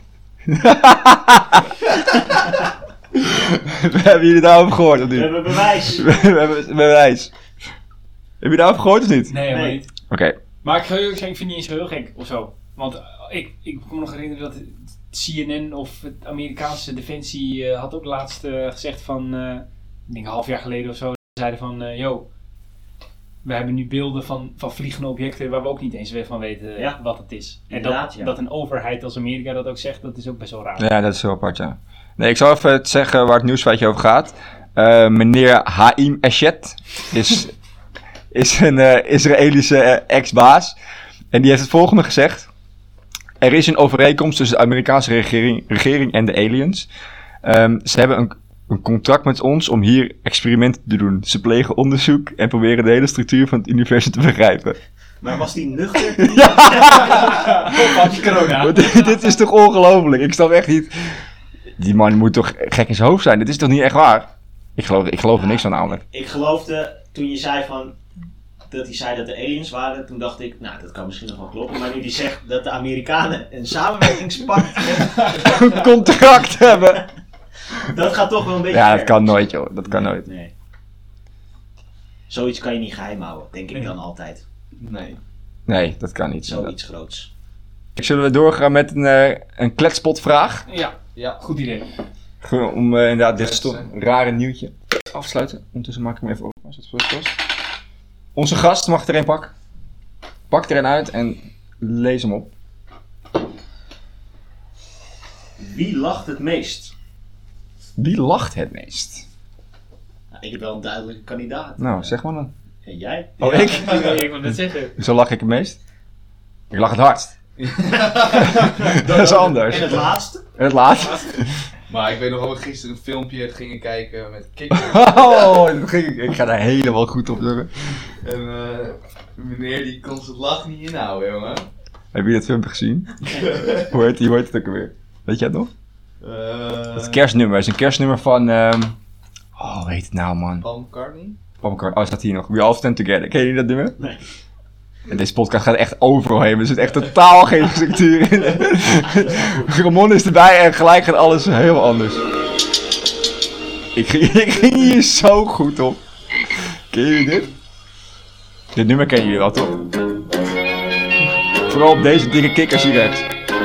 A: We hebben jullie daarover gehoord, of
D: We
A: niet?
D: hebben bewijs!
A: We hebben bewijs. Heb je daarover gehoord, of niet?
B: Nee, helemaal
D: Nee.
B: niet.
A: Oké.
B: Maar ik ga eerlijk zeggen, ik vind het niet eens zo heel gek of zo. Want uh, ik, ik kan me nog herinneren dat C N N of het Amerikaanse Defensie uh, had ook laatst uh, gezegd van, uh, ik denk een half jaar geleden of zo, zeiden van, uh, yo, we hebben nu beelden van, van vliegende objecten waar we ook niet eens weer van weten uh,
D: Ja.
B: wat het is. En
D: Inderdaad,
B: dat,
D: ja.
B: dat een overheid als Amerika dat ook zegt, dat is ook best wel raar.
A: Ja, dat is heel apart, ja. Nee, ik zal even het zeggen waar het nieuwsfeitje over gaat. Uh, meneer Haim Eshet is, is een uh, Israëlische uh, ex-baas. En die heeft het volgende gezegd. Er is een overeenkomst tussen de Amerikaanse regering, regering en de aliens. Um, ze hebben een, een contract met ons om hier experimenten te doen. Ze plegen onderzoek en proberen de hele structuur van het universum te begrijpen.
D: Maar was die nuchter?
B: Had je corona?
A: Want dit, dit is toch ongelooflijk? Ik snap echt niet... Die man moet toch gek in zijn hoofd zijn? Dit is toch niet echt waar? Ik geloof, ik geloof er niks van namelijk.
D: Ik geloofde toen je zei van... Dat hij zei dat er aliens waren, toen dacht ik, nou dat kan misschien nog wel kloppen. Maar nu hij zegt dat de Amerikanen een samenwerkingspact
A: Een contract hebben.
D: Dat gaat toch wel een beetje
A: Ja,
D: ver.
A: dat kan nooit joh. Dat kan
D: Nee,
A: nooit.
D: Nee. Zoiets kan je niet geheim houden, denk ik
B: Nee.
D: dan altijd.
E: Nee.
A: Nee, dat kan niet.
D: Zoiets groots.
A: Zullen we doorgaan met een, uh, een kletspot-vraag?
B: Ja,
E: Ja.
B: goed idee.
A: Gewoon om uh, inderdaad dit sto- rare nieuwtje af te sluiten. Ondertussen maak ik hem even open als het voor het was. Onze gast mag er een pakken. Pak er een uit en lees hem op.
D: Wie lacht het meest?
A: Wie lacht het meest?
D: Nou, ik heb wel een duidelijke kandidaat.
A: Nou, zeg maar dan.
D: En jij?
A: Oh,
D: Ja.
A: ik?
B: Ik wil net zeggen.
A: Zo lach ik het meest? Ik lach het hardst. Dat is anders.
D: En het laatste?
A: En het laatst.
E: Maar ik weet nog wel, we gisteren een filmpje gingen kijken met kikker.
A: Oh, dat ging ik, ik ga daar helemaal goed op zeggen.
E: En uh, meneer die kon zijn lach niet inhouden, jongen.
A: Heb je dat filmpje gezien? Hoe heet die, hoe heet het ook alweer? Weet jij het nog?
E: Uh,
A: Het kerstnummer. Het is een kerstnummer van... Um... Oh, hoe heet het nou, man?
E: Paul McCartney?
A: Paul McCartney. Oh, staat hier nog. We all stand together. Ken je dat nummer?
D: Nee.
A: En deze podcast gaat echt overal heen. Er zit echt totaal geen structuur in. Ramon is erbij en gelijk gaat alles helemaal anders. Ik ging, ik ging hier zo goed op. Ken jullie dit? Dit nummer kennen jullie wel, toch? Vooral op deze dikke kikkers hier rechts.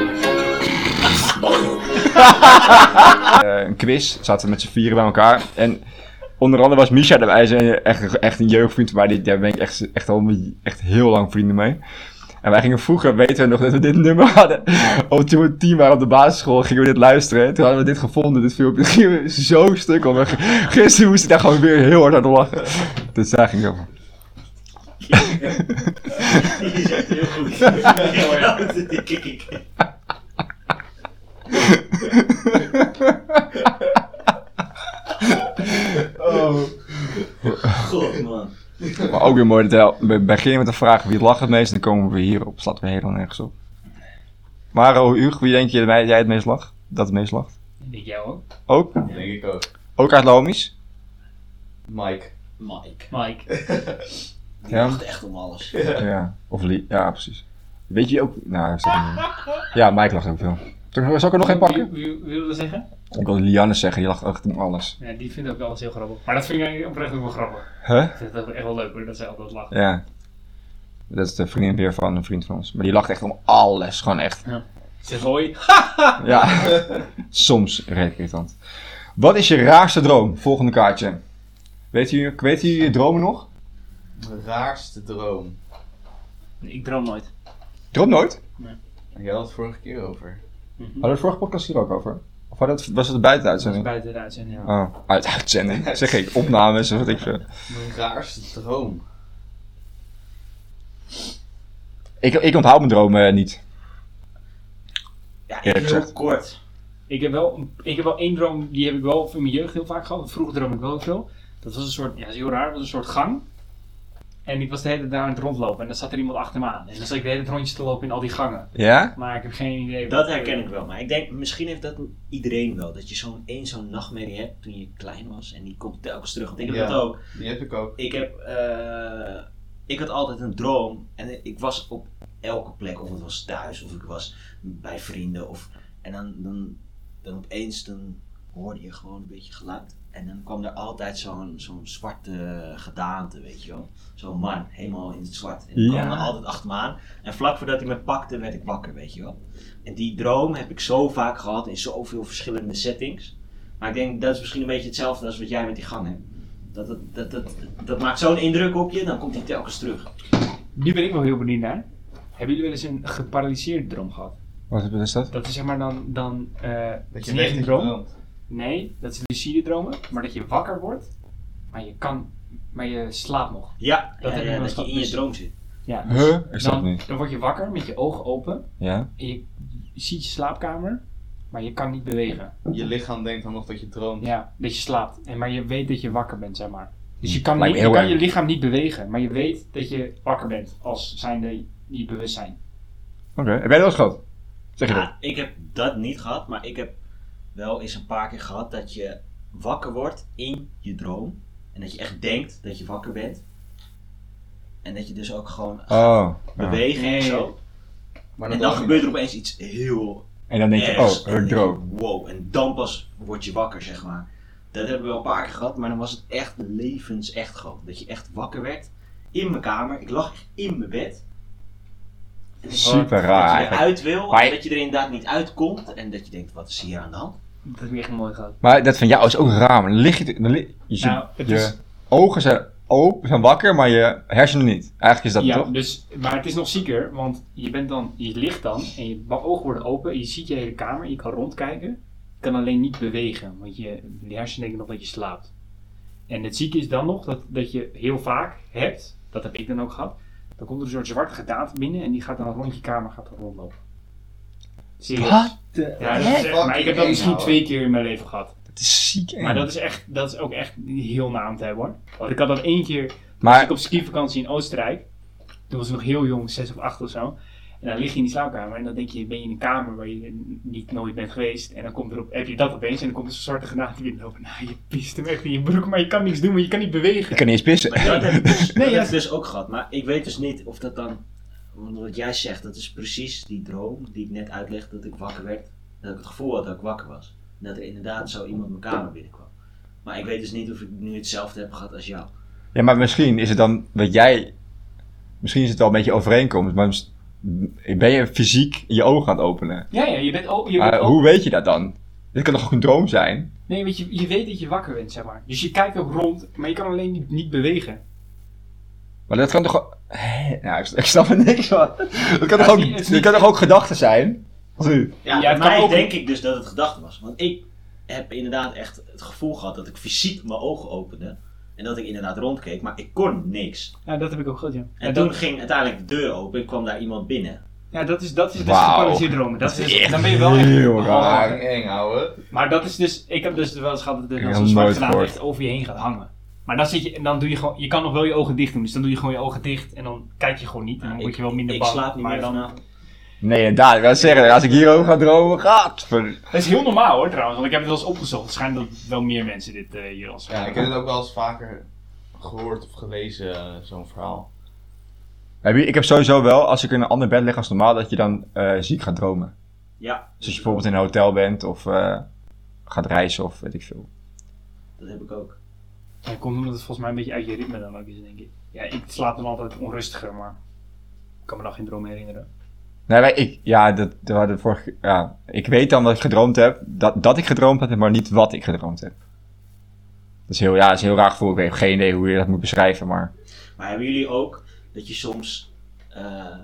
A: uh, een quiz. Zaten we met z'n vieren bij elkaar. En onder andere was Misha erbij. Ze echt, echt een jeugdvriend van mij. Die, daar ben ik echt, echt, al, echt heel lang vrienden mee. En wij gingen vroeger, weten we nog, dat we dit nummer hadden. Of toen we tien waren op de basisschool, gingen we dit luisteren. Toen hadden we dit gevonden, dit filmpje. Toen gingen we zo stuk om. Gisteren moest ik daar gewoon weer heel hard aan lachen. Dus daar ging ik over.
D: Die is echt heel goed. Ja, die kik ik.
A: Oh.
D: God, man.
A: Maar ook weer mooi dat we beginnen met de vraag wie lacht het meest. En dan komen we hierop. Slaat weer helemaal nergens op. Maar oh, Hugo, wie denk je dat jij het meest lacht? Dat het meest lacht?
B: Ik denk jou ook.
A: Ook?
E: Denk ik ook.
A: Ook uit Lomies?
E: Mike.
D: Mike.
B: Mike.
D: Die
A: Ja.
D: lacht echt om alles.
A: Ja. Of Lee. Ja, precies. Weet je ook... Nou, ik zeg het niet. Ja, Mike lacht ook veel. Zal ik er nog een pakken?
B: Wie, wie, wie wil dat zeggen?
A: Ik wilde Lianne zeggen, die lacht echt om alles.
B: Ja, die vind ik ook wel eens heel grappig. Maar dat vind ik oprecht ook wel grappig.
A: Huh?
B: Ik vind het ook echt wel leuk hoor, dat zij altijd lacht.
A: Ja. Dat is de vriendin weer van een vriend van ons. Maar die lacht echt om alles. Gewoon echt.
B: Zeg hoi.
A: Ja. Soms redelijk irritant. Wat is je raarste droom? Volgende kaartje. Weet u, weet u je dromen nog?
E: Mijn raarste droom.
B: Ik droom nooit.
A: Droom nooit?
E: Je had het vorige keer over.
B: Mhm.
A: Hadden we het vorige podcast hier ook over? Of had het, was het buiten de
B: Dat is
A: uitzending?
B: buiten de uitzending. Ja.
A: Oh, uit uitzending. Zeg ik, opnames of wat ik veel.
E: Mijn raarste droom.
A: Ik, ik onthoud mijn dromen eh, niet.
D: Ja,
A: Eerlijk
D: heel
A: gezegd.
D: kort.
B: Ik heb, wel, een- ik heb wel één droom, die heb ik wel in mijn jeugd heel vaak gehad. Vroeger droom ik wel veel. Dat was een soort, ja, dat is heel raar, dat was een soort gang. En ik was de hele tijd daar aan het rondlopen en dan zat er iemand achter me aan. En dan zat ik de hele tijd rondjes te lopen in al die gangen.
A: Ja?
B: Maar ik heb geen idee.
D: Dat herken ik wel, maar ik denk, misschien heeft dat iedereen wel. Dat je zo'n één zo'n nachtmerrie hebt toen je klein was en die komt telkens terug. Want ik heb
E: Ja.
D: dat ook.
E: Die heb ik ook.
D: Ik heb, eh, ik had altijd een droom en ik was op elke plek, of het was thuis of ik was bij vrienden of, en dan, dan, dan opeens dan hoorde je gewoon een beetje geluid. En dan kwam er altijd zo'n zo'n zwarte gedaante, weet je wel. Zo'n man, helemaal in het zwart. En die
A: Ja.
D: kwam dan altijd achter me aan. En vlak voordat hij me pakte, werd ik wakker, weet je wel. En die droom heb ik zo vaak gehad in zoveel verschillende settings. Maar ik denk, dat is misschien een beetje hetzelfde als wat jij met die gang hebt. Dat, dat, dat, dat, dat maakt zo'n indruk op je, dan komt hij telkens terug.
B: Nu ben ik wel heel benieuwd naar. Hebben jullie wel eens een geparalyseerde droom gehad?
A: Wat is dat?
B: Dat is zeg maar dan, dan uh, het
E: Dat
B: is
E: je
B: niet echt
E: weet
B: een
E: dat je
B: droom.
E: droomt.
B: Nee, dat is lucide dromen. Maar dat je wakker wordt, maar je kan, maar je slaapt nog.
D: Ja,
B: Dat
D: ja,
B: heb ik
D: ja,
B: wel
D: dat je
B: eens
D: in je
B: gehad.
D: droom zit.
B: Ja,
A: Huh? Ik snap het
B: dan,
A: niet.
B: dan word je wakker met je ogen open
A: Ja?
B: en je, je ziet je slaapkamer, maar je kan niet bewegen.
E: Je lichaam denkt dan nog dat je droomt.
B: Ja, dat je slaapt. En, maar je weet dat je wakker bent, zeg maar. Dus je kan,
A: Lijkt
B: niet,
A: me
B: je,
A: heel
B: kan je
A: erg.
B: lichaam niet bewegen, maar je weet dat je wakker bent als zijnde je bewustzijn.
A: Oké. Heb jij dat wel eens gehad? Zeg je dat?
D: Ja, ik heb dat niet gehad, maar ik heb wel eens een paar keer gehad dat je wakker wordt in je droom. En dat je echt denkt dat je wakker bent. En dat je dus ook gewoon gaat
A: Oh. Ja.
D: bewegen en zo.
E: Maar
D: En
E: dat
D: dan gebeurt er opeens iets heel
A: En dan denk je,
D: ergs.
A: oh,
D: En dan
A: ik
D: denk je,
A: droom.
D: wow, en dan pas word je wakker, zeg maar. Dat hebben we wel een paar keer gehad, maar dan was het echt levensecht gewoon. Dat je echt wakker werd in mijn kamer. Ik lag echt in mijn bed. En dat-
A: Super
D: dat
A: raar
D: je
A: eigenlijk.
D: eruit wil,
A: Maar
D: en
A: je-
D: dat je er inderdaad niet uitkomt. En dat je denkt, wat is hier aan de hand?
B: Dat heb ik echt mooi gehad.
A: Maar dat van jou is ook raar. Maar dan lig je, dan li- je, zit-
B: Nou, het
A: je
B: is-
A: ogen zijn open, zijn wakker, maar je hersenen niet. Eigenlijk is dat
B: ja,
A: toch?
B: dus, maar het is nog zieker, want je, bent dan, je ligt dan en je ba- ogen worden open, je ziet je hele kamer, je kan rondkijken. Je kan alleen niet bewegen, want je, je hersenen denken nog dat je slaapt. En het zieke is dan nog dat, dat je heel vaak hebt, dat heb ik dan ook gehad, dan komt er een soort zwarte gedaante binnen en die gaat dan rond je kamer gaat dan rondlopen. Serieus.
A: Wat?
B: Ja, dat is echt, maar ik heb dat misschien twee keer in mijn leven gehad.
A: Dat is ziek eng.
B: Maar dat is, echt, dat is ook echt heel na om te hebben hoor. Want ik had dat één keer, toen
A: Maar-
B: was ik op skivakantie in Oostenrijk. Toen was ik nog heel jong, zes of acht of zo. En dan lig je in die slaapkamer en dan denk je, ben je in een kamer waar je niet nooit bent geweest. En dan komt erop, heb je dat opeens en dan komt er zo'n zwarte gedaante binnenlopen. Nou, je pist hem echt in je broek, maar je kan niks doen, want je kan niet bewegen.
A: Ik kan niet eens pissen.
D: Maar dat heb ik dus,
B: Nee,
D: dat
B: ja.
D: heb ik dus ook gehad. Maar ik weet dus niet of dat dan... Want wat jij zegt, dat is precies die droom die ik net uitlegde. Dat ik wakker werd. Dat ik het gevoel had dat ik wakker was. En dat er inderdaad zo iemand mijn kamer binnenkwam. Maar ik weet dus niet of ik nu hetzelfde heb gehad als jou.
A: Ja, maar misschien is het dan wat jij... Misschien is het wel een beetje overeenkomst, maar mis- ben je fysiek je ogen aan het openen?
B: Ja, ja, je bent ook... Je
A: Maar
B: bent ook
A: hoe weet je dat dan? Dit kan toch ook een droom zijn?
B: nee, weet je, je weet dat je wakker bent, zeg maar. Dus je kijkt ook rond, maar je kan alleen niet, niet bewegen.
A: Maar dat kan toch ook... Hè? Nou, ik, ik snap er niks van. Dat kan
B: Ja,
A: toch ook,
B: het is niet- het is
A: dat
B: niet-
A: kan toch ook gedachten zijn? Of niet?
D: Ja,
B: Ja,
D: bij
B: het kan
D: mij
B: ook-
D: denk ik dus dat het gedachte was. Want ik heb inderdaad echt het gevoel gehad dat ik fysiek mijn ogen opende. En dat ik inderdaad rondkeek, maar ik kon niks.
B: Ja, dat heb ik ook gehad, ja.
D: En
B: Ja,
D: toen
B: dat,
D: ging uiteindelijk de deur open en kwam daar iemand binnen.
B: ja, dat is, dat is dus
A: Wauw.
B: geparalyseerde dromen. Dat
A: Dat
B: is
A: is
B: dus,
A: echt
B: dan ben je wel echt...
A: heel
B: Oh,
A: raar.
E: Eng, eng, ouwe.
B: Maar dat is dus, ik heb dus wel eens gehad dat er
A: Ik
B: dan
A: heb
B: zo'n
A: nog
B: zwart
A: nooit
B: gedaan
A: gehoord.
B: echt over je heen gaat hangen. Maar dan zit je, en dan doe je gewoon, je kan nog wel je ogen dicht doen, dus dan doe je gewoon je ogen dicht en dan kijk je gewoon niet en dan
D: Ja,
B: word je wel
D: ik-
B: minder
D: ik
B: bang.
D: slaap niet
B: maar
D: meer
B: dan,
D: vanavond.
A: Nee, inderdaad. Ik wil zeggen, als ik hierover ga dromen, gaat.
B: dat is heel normaal hoor trouwens, want ik heb het wel eens opgezocht. Het schijnt dat wel meer mensen dit eh, hier als
E: Ja, ik heb het ook wel eens vaker gehoord of gelezen, eh, zo'n verhaal.
A: Heb je, ik heb sowieso wel, als ik in een ander bed lig als normaal, dat je dan eh, ziek gaat dromen.
D: Ja.
A: Dus als je bijvoorbeeld in een hotel bent of eh, gaat reizen of weet ik veel.
D: Dat heb ik ook.
B: Ja, het komt omdat het volgens mij een beetje uit je ritme dan ook is, denk ik. Ja, ik slaap dan altijd onrustiger, maar ik kan me dan geen droom herinneren.
A: Nee, maar ik, ja, dat, dat hadden we vorige, ja, ik weet dan dat ik gedroomd heb, dat, dat ik gedroomd heb, maar niet wat ik gedroomd heb. Dat is heel, ja, dat is een heel raar gevoel. Ik heb geen idee hoe je dat moet beschrijven, maar...
D: Maar hebben jullie ook dat je soms eh,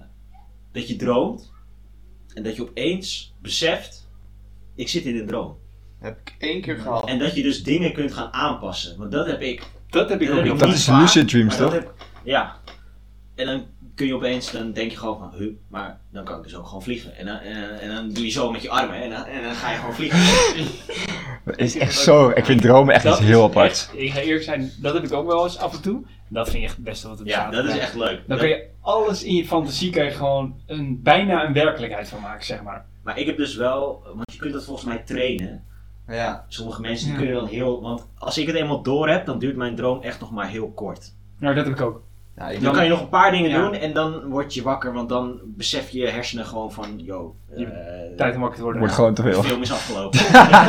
D: dat je droomt en dat je opeens beseft, ik zit in een droom.
E: Heb ik één keer gehad.
D: En dat je dus dingen kunt gaan aanpassen. Want dat heb ik.
B: Dat heb ik
D: dat
B: ook
D: heb
B: niet.
A: Dat
D: niet
A: is
D: vaak,
A: lucid dreams,
D: maar dat
A: toch?
D: heb- ja. En dan kun je opeens, dan denk je gewoon van, huh, maar dan kan ik dus ook gewoon vliegen. En dan, en, en dan doe je zo met je armen en dan, en dan ga je gewoon vliegen.
A: Het is echt zo, ik vind dromen echt
B: Dat
A: iets
B: is
A: heel
B: echt-
A: apart.
B: Ik ga eerlijk zijn, dat heb ik ook wel eens af en toe. Dat vind ik echt het beste wat er
D: Ja,
B: bestaat.
D: dat is echt leuk.
B: Dan
D: Dat-
B: kun je alles in je fantasie kan je gewoon een, bijna een werkelijkheid van maken, zeg maar.
D: Maar ik heb dus wel, want je kunt dat volgens mij trainen.
E: Ja.
D: Sommige mensen die
B: Ja.
D: kunnen dan heel, want als ik het eenmaal door heb, dan duurt mijn droom echt nog maar heel kort.
B: Nou, dat heb ik ook.
E: Ja, ik
D: Dan kan je nog een paar dingen
B: Ja.
D: doen en dan word je wakker, want dan besef je je hersenen gewoon van, yo,
B: Je-
D: eh,
B: Tijd om wakker te worden.
A: Wordt gewoon te
D: de
A: veel.
D: film is afgelopen.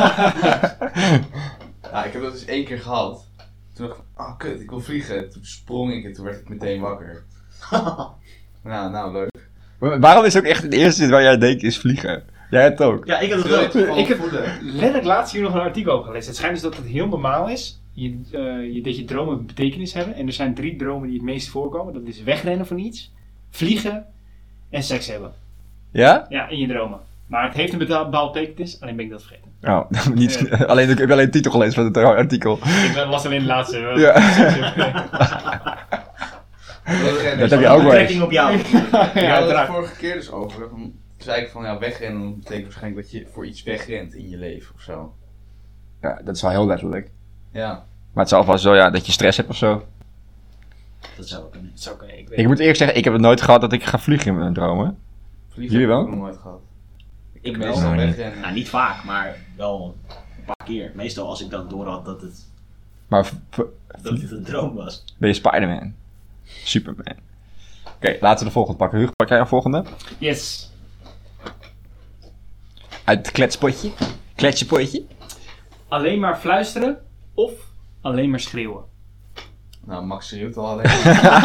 E: Ja, ik heb dat dus één keer gehad. Toen dacht ik van, oh kut, ik wil vliegen. Toen sprong ik en toen werd ik meteen wakker. Nou, nou leuk.
A: Maar waarom is ook echt het eerste waar jij denkt is vliegen? Jij hebt het ook.
D: Ja, ik heb het
E: Wil je
D: ook.
E: het gewoon
B: Ik heb-
E: voelen?
B: Letterlijk laatst hier nog een artikel over gelezen. Het schijnt dus dat het heel normaal is je, eh, je, dat je dromen een betekenis hebben. En er zijn drie dromen die het meest voorkomen. Dat is wegrennen van iets, vliegen en seks hebben.
A: Ja?
B: Ja, in je dromen. Maar het heeft een beta- bepaalde betekenis, alleen ben ik dat vergeten.
A: Oh, niet, alleen, ik heb alleen de titel gelezen van het artikel.
B: Ik las alleen de laatste. wel.
A: Ja. Dat heb je ook wel eens.
D: Betrekking op jou.
E: Ja, we hadden het
B: uiteraard.
E: de vorige keer dus over. Dan Toen zei ik van, ja, wegrennen betekent waarschijnlijk dat je voor iets wegrent in je leven of zo.
A: Ja, dat is wel heel letterlijk.
E: Ja.
A: Maar het zal vast zo, ja, dat je stress hebt of zo.
D: Dat zou ook kunnen.
B: Dat zou kunnen, ik weet
A: Ik moet eerlijk zeggen, ik heb het nooit gehad dat ik ga vliegen in mijn dromen.
E: Vliegen
A: Jullie
E: heb ik
A: wel?
E: ook nog nooit gehad. Ik
D: Ik
E: Meestal
D: wel.
A: Nee.
E: wegrennen.
D: Nou, niet vaak, maar wel een paar keer. Meestal als ik dan door had dat het,
A: Maar v- v-
D: dat het een droom was.
A: ben je Spider-Man? Superman. Oké, laten we de volgende pakken. Hugo, pak jij een volgende?
B: Yes.
A: Uit het kletspotje. Kletsjepotje.
B: Alleen maar fluisteren of alleen maar schreeuwen?
E: Nou, Max schreeuwt al alleen.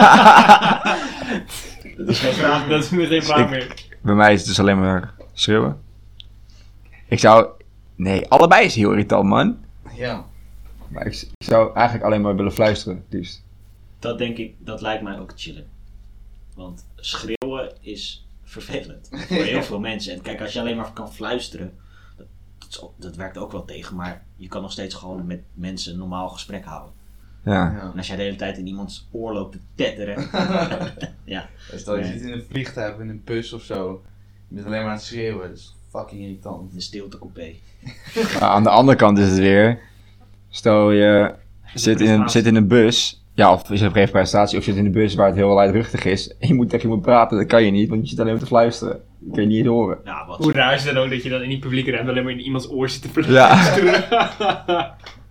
D: Dat is geen vraag.
B: Dat is nu geen vraag
A: Ik-
B: meer.
A: Bij mij is het dus alleen maar schreeuwen. Ik zou... Nee, allebei is heel irritant, man.
E: Ja.
A: Maar ik, ik zou eigenlijk alleen maar willen fluisteren, het liefst.
D: Dat denk ik, dat lijkt mij ook chillen. Want schreeuwen is vervelend voor heel veel mensen. En kijk, als je alleen maar kan fluisteren, dat, dat, is ook- dat werkt ook wel tegen. Maar je kan nog steeds gewoon met mensen een normaal gesprek houden.
A: Ja.
E: Ja.
D: En als jij de hele tijd in iemands oor loopt te tetteren. ja,
E: Stel je
D: Nee.
E: zit in een vliegtuig of in een bus of zo. Je bent alleen maar aan het schreeuwen. Dat is fucking irritant.
D: een stiltecoupé.
A: Maar aan de andere kant is het weer... Stel je zit in, een, zit in een bus... Ja, of je hebt geen presentatie, of je zit in een bus waar het heel luidruchtig is. En je moet tegen iemand praten, dat kan je niet, want je zit alleen maar te fluisteren. Dat kan je niet eens horen.
D: Nou, wat
B: Hoe raar is het dan ook dat je dan in die publieke ruimte alleen maar in iemands oor zit te fluisteren?
A: Ja.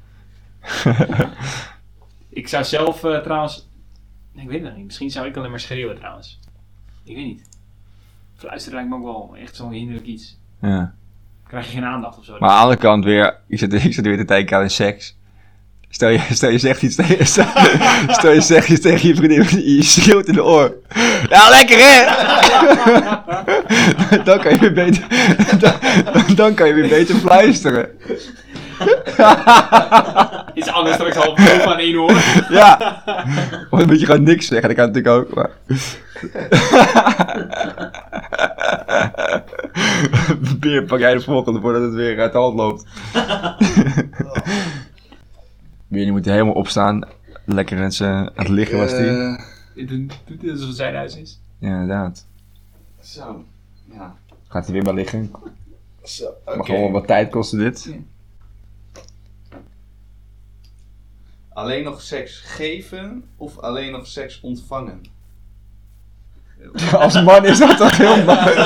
B: Ik zou zelf uh, trouwens... Nee, ik weet het nog niet. Misschien zou ik alleen maar schreeuwen trouwens. Ik weet niet. Fluisteren lijkt me ook wel echt zo'n hinderlijk iets.
A: Ja.
B: Krijg je geen aandacht of zo.
A: Maar aan de andere kant weer, ik zit, ik zit weer te kijken aan seks. Stel je, stel je zegt iets tegen, stel, stel je zegt iets tegen je vriendin, je schreeuwt in de oor. Ja, lekker hè! Dan kan je weer beter, dan, dan kan je weer beter fluisteren.
B: Is anders straks half open aan één oor.
A: Ja. Of dan moet je gewoon niks zeggen, dat kan natuurlijk ook. Maar... Beer, pak jij de volgende voordat het weer uit de hand loopt. Beer, die moet helemaal opstaan. Lekker aan zijn- aan het liggen was die.
E: Eh,
B: Doet doet dit alsof het zijn huis is?
A: Ja, inderdaad.
E: Zo. Ja.
A: Gaat hij weer maar liggen.
E: Zo.
A: Maar
E: Oké.
A: gewoon wat tijd kostte dit.
E: Alleen nog seks geven of alleen nog seks ontvangen?
A: Als man is dat toch heel makkelijk.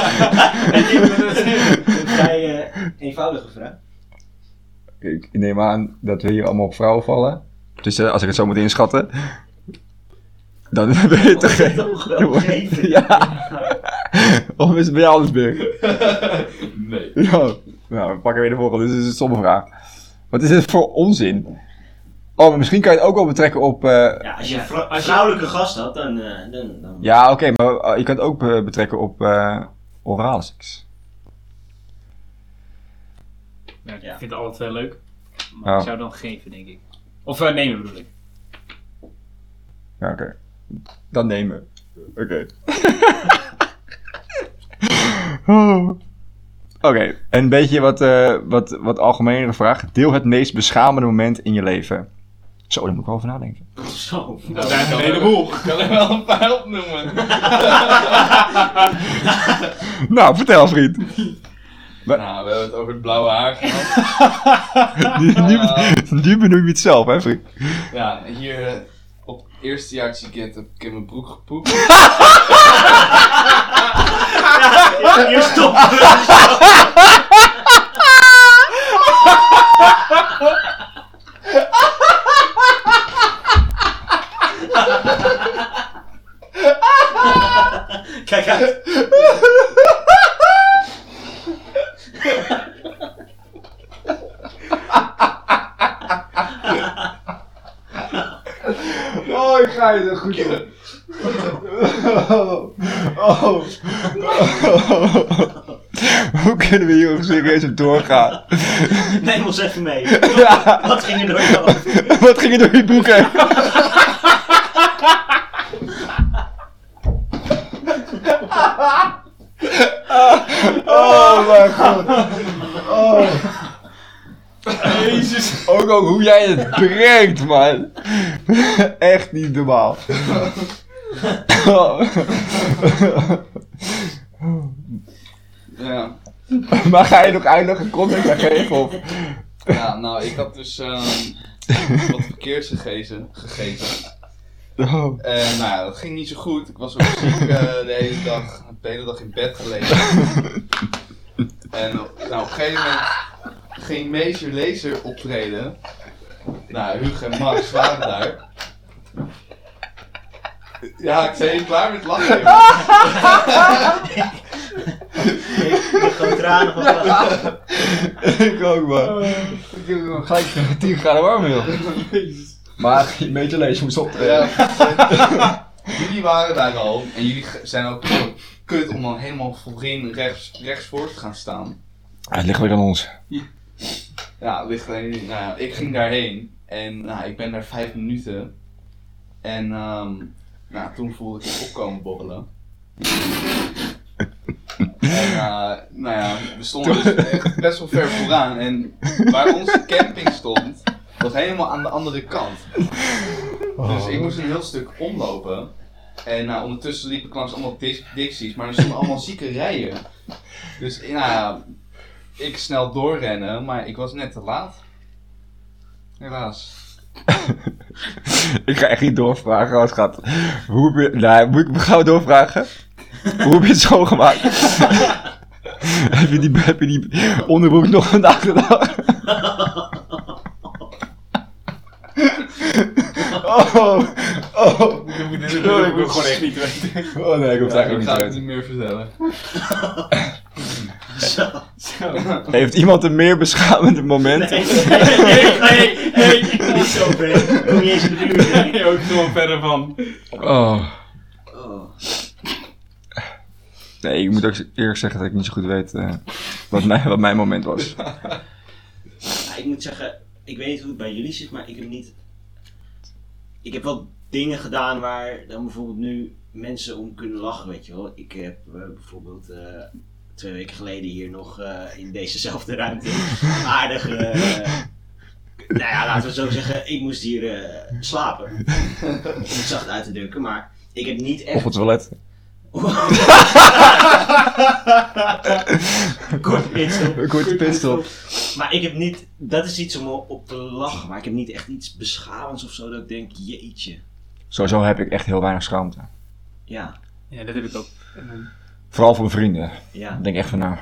D: Een vrij uh, eenvoudige vraag.
A: Ik neem aan dat we hier allemaal op vrouwen vallen. Dus eh, als ik het zo moet inschatten. Dan ben je toch
D: het toch wel geven?
A: Ja. Of is het bij jou anders, Beer?
E: Nee.
A: Ja. Nou, we pakken weer de volgende. Dit is een stomme vraag. Wat is dit voor onzin? Oh, maar misschien kan je het ook wel betrekken op... eh,
D: Ja, als je
B: Ja,
D: een vrou-
B: als je-
D: vrouwelijke gast had, dan... Uh, dan, dan...
A: Ja, oké, maar eh, je kan het ook eh, betrekken op uh, orale seks.
B: Ja, ik
D: Ja.
B: vind het alle twee leuk. Maar
A: Oh.
B: ik zou dan geven, denk ik. Of uh, nemen bedoel ik.
A: Ja, oké. Dan nemen. Oké. Oh. Oké, een beetje wat, uh, wat, wat algemenere vraag. Deel het meest beschamende moment in je leven. Zo, daar moet ik wel over nadenken.
D: Zo.
B: Dat zijn er een heleboel.
E: Ik kan er wel een paar opnoemen.
A: Nou, vertel vriend.
E: Nou, we hebben het over het blauwe haar gehad.
A: Nu, nu, nu benoem je het zelf, hè vriend.
E: Ja, hier eh, op eerstejaars weekend heb ik in mijn broek gepoept.
D: Hier stop. Kijk uit.
A: Oh, ik ga je er goed in. Oh. Oh. Hoe kunnen we hier ook serieus op doorgaan?
D: Neem ons even mee.
A: Ja.
D: Wat ging er door je hoofd?
A: Wat ging er door je broek heen? Oh mijn god. Oh. Jezus. Ook al hoe jij het brengt, man. Echt niet normaal.
E: Ja.
A: Maar ga je nog uitleggen context aan geven? Of?
E: Ja, nou, ik had dus ehm wat verkeers gegeven. gegeven.
A: Oh.
E: En nou ja, dat ging niet zo goed. Ik was ook ziek eh, de hele dag, de hele dag in bed gelegen. En nou, op een gegeven moment ging Major Lazer optreden. Nou, Hugo en Max waren daar. Ja, ik zei je klaar met lachen.
D: Ik heb gewoon tranen van lachen.
A: Ik ook, man. Gelijk tien graden warm, joh. Maar een beetje lezen moest optreden.
E: Ja, jullie waren daar al en jullie zijn ook zo kut om dan helemaal voorin rechts, rechts voor te gaan staan.
A: Ah, het ligt weer aan ons.
E: Ja, het ligt alleen. Nou ja, ik ging daarheen en nou, ik ben daar vijf minuten. En um, nou, toen voelde ik het opkomen borrelen. En uh, nou ja, we stonden dus echt best wel ver vooraan. En waar onze camping stond, was helemaal aan de andere kant. Dus ik moest een heel stuk omlopen. En uh, ondertussen liep ik langs allemaal dis- Dixies, maar er stonden allemaal zieke rijen. Dus nou ja, ik snel doorrennen, maar ik was net te laat. Helaas.
A: Ik ga echt niet doorvragen als het gaat. Hoe heb je... Nee, moet ik gaan we doorvragen? Hoe heb je het schoongemaakt? heb, je die, heb je die onderbroek nog vandaag gedaan? oh, oh.
B: Dit wil ik ook gewoon echt niet weten.
A: Oh nee, ik hoef het
E: Ja,
A: eigenlijk
E: ik
A: niet
E: ga
A: te
E: het
A: weten.
E: niet meer vertellen.
D: Zo.
B: Zo.
A: Heeft iemand een meer beschamende moment?
D: Nee, nee, nee, nee, niet zo ver. Kom je eens in de buurt.
B: Ik ben ook gewoon verder van.
A: Oh.
D: Oh.
A: Nee, ik moet ook eerlijk zeggen dat ik niet zo goed weet uh, wat, mijn, wat mijn moment was.
D: Ja, ik moet zeggen, ik weet niet hoe het bij jullie zit, maar ik heb niet... Ik heb wel dingen gedaan waar dan bijvoorbeeld nu mensen om kunnen lachen, weet je wel. Ik heb uh, bijvoorbeeld uh, twee weken geleden hier nog uh, in dezezelfde ruimte aardig... Uh, nou ja, laten we zo zeggen, ik moest hier uh, slapen. Om het zacht uit te drukken, maar ik heb niet echt...
A: Op het toilet.
D: Korte pitstop.
A: Een korte pitstop.
D: Maar ik heb niet, dat is iets om op te lachen, maar ik heb niet echt iets beschamends of zo dat ik denk, jeetje.
A: Sowieso heb ik echt heel weinig schaamte.
D: Ja,
B: Ja, dat heb ik ook.
A: Vooral voor mijn vrienden.
D: ja.
A: Ik denk echt van nou.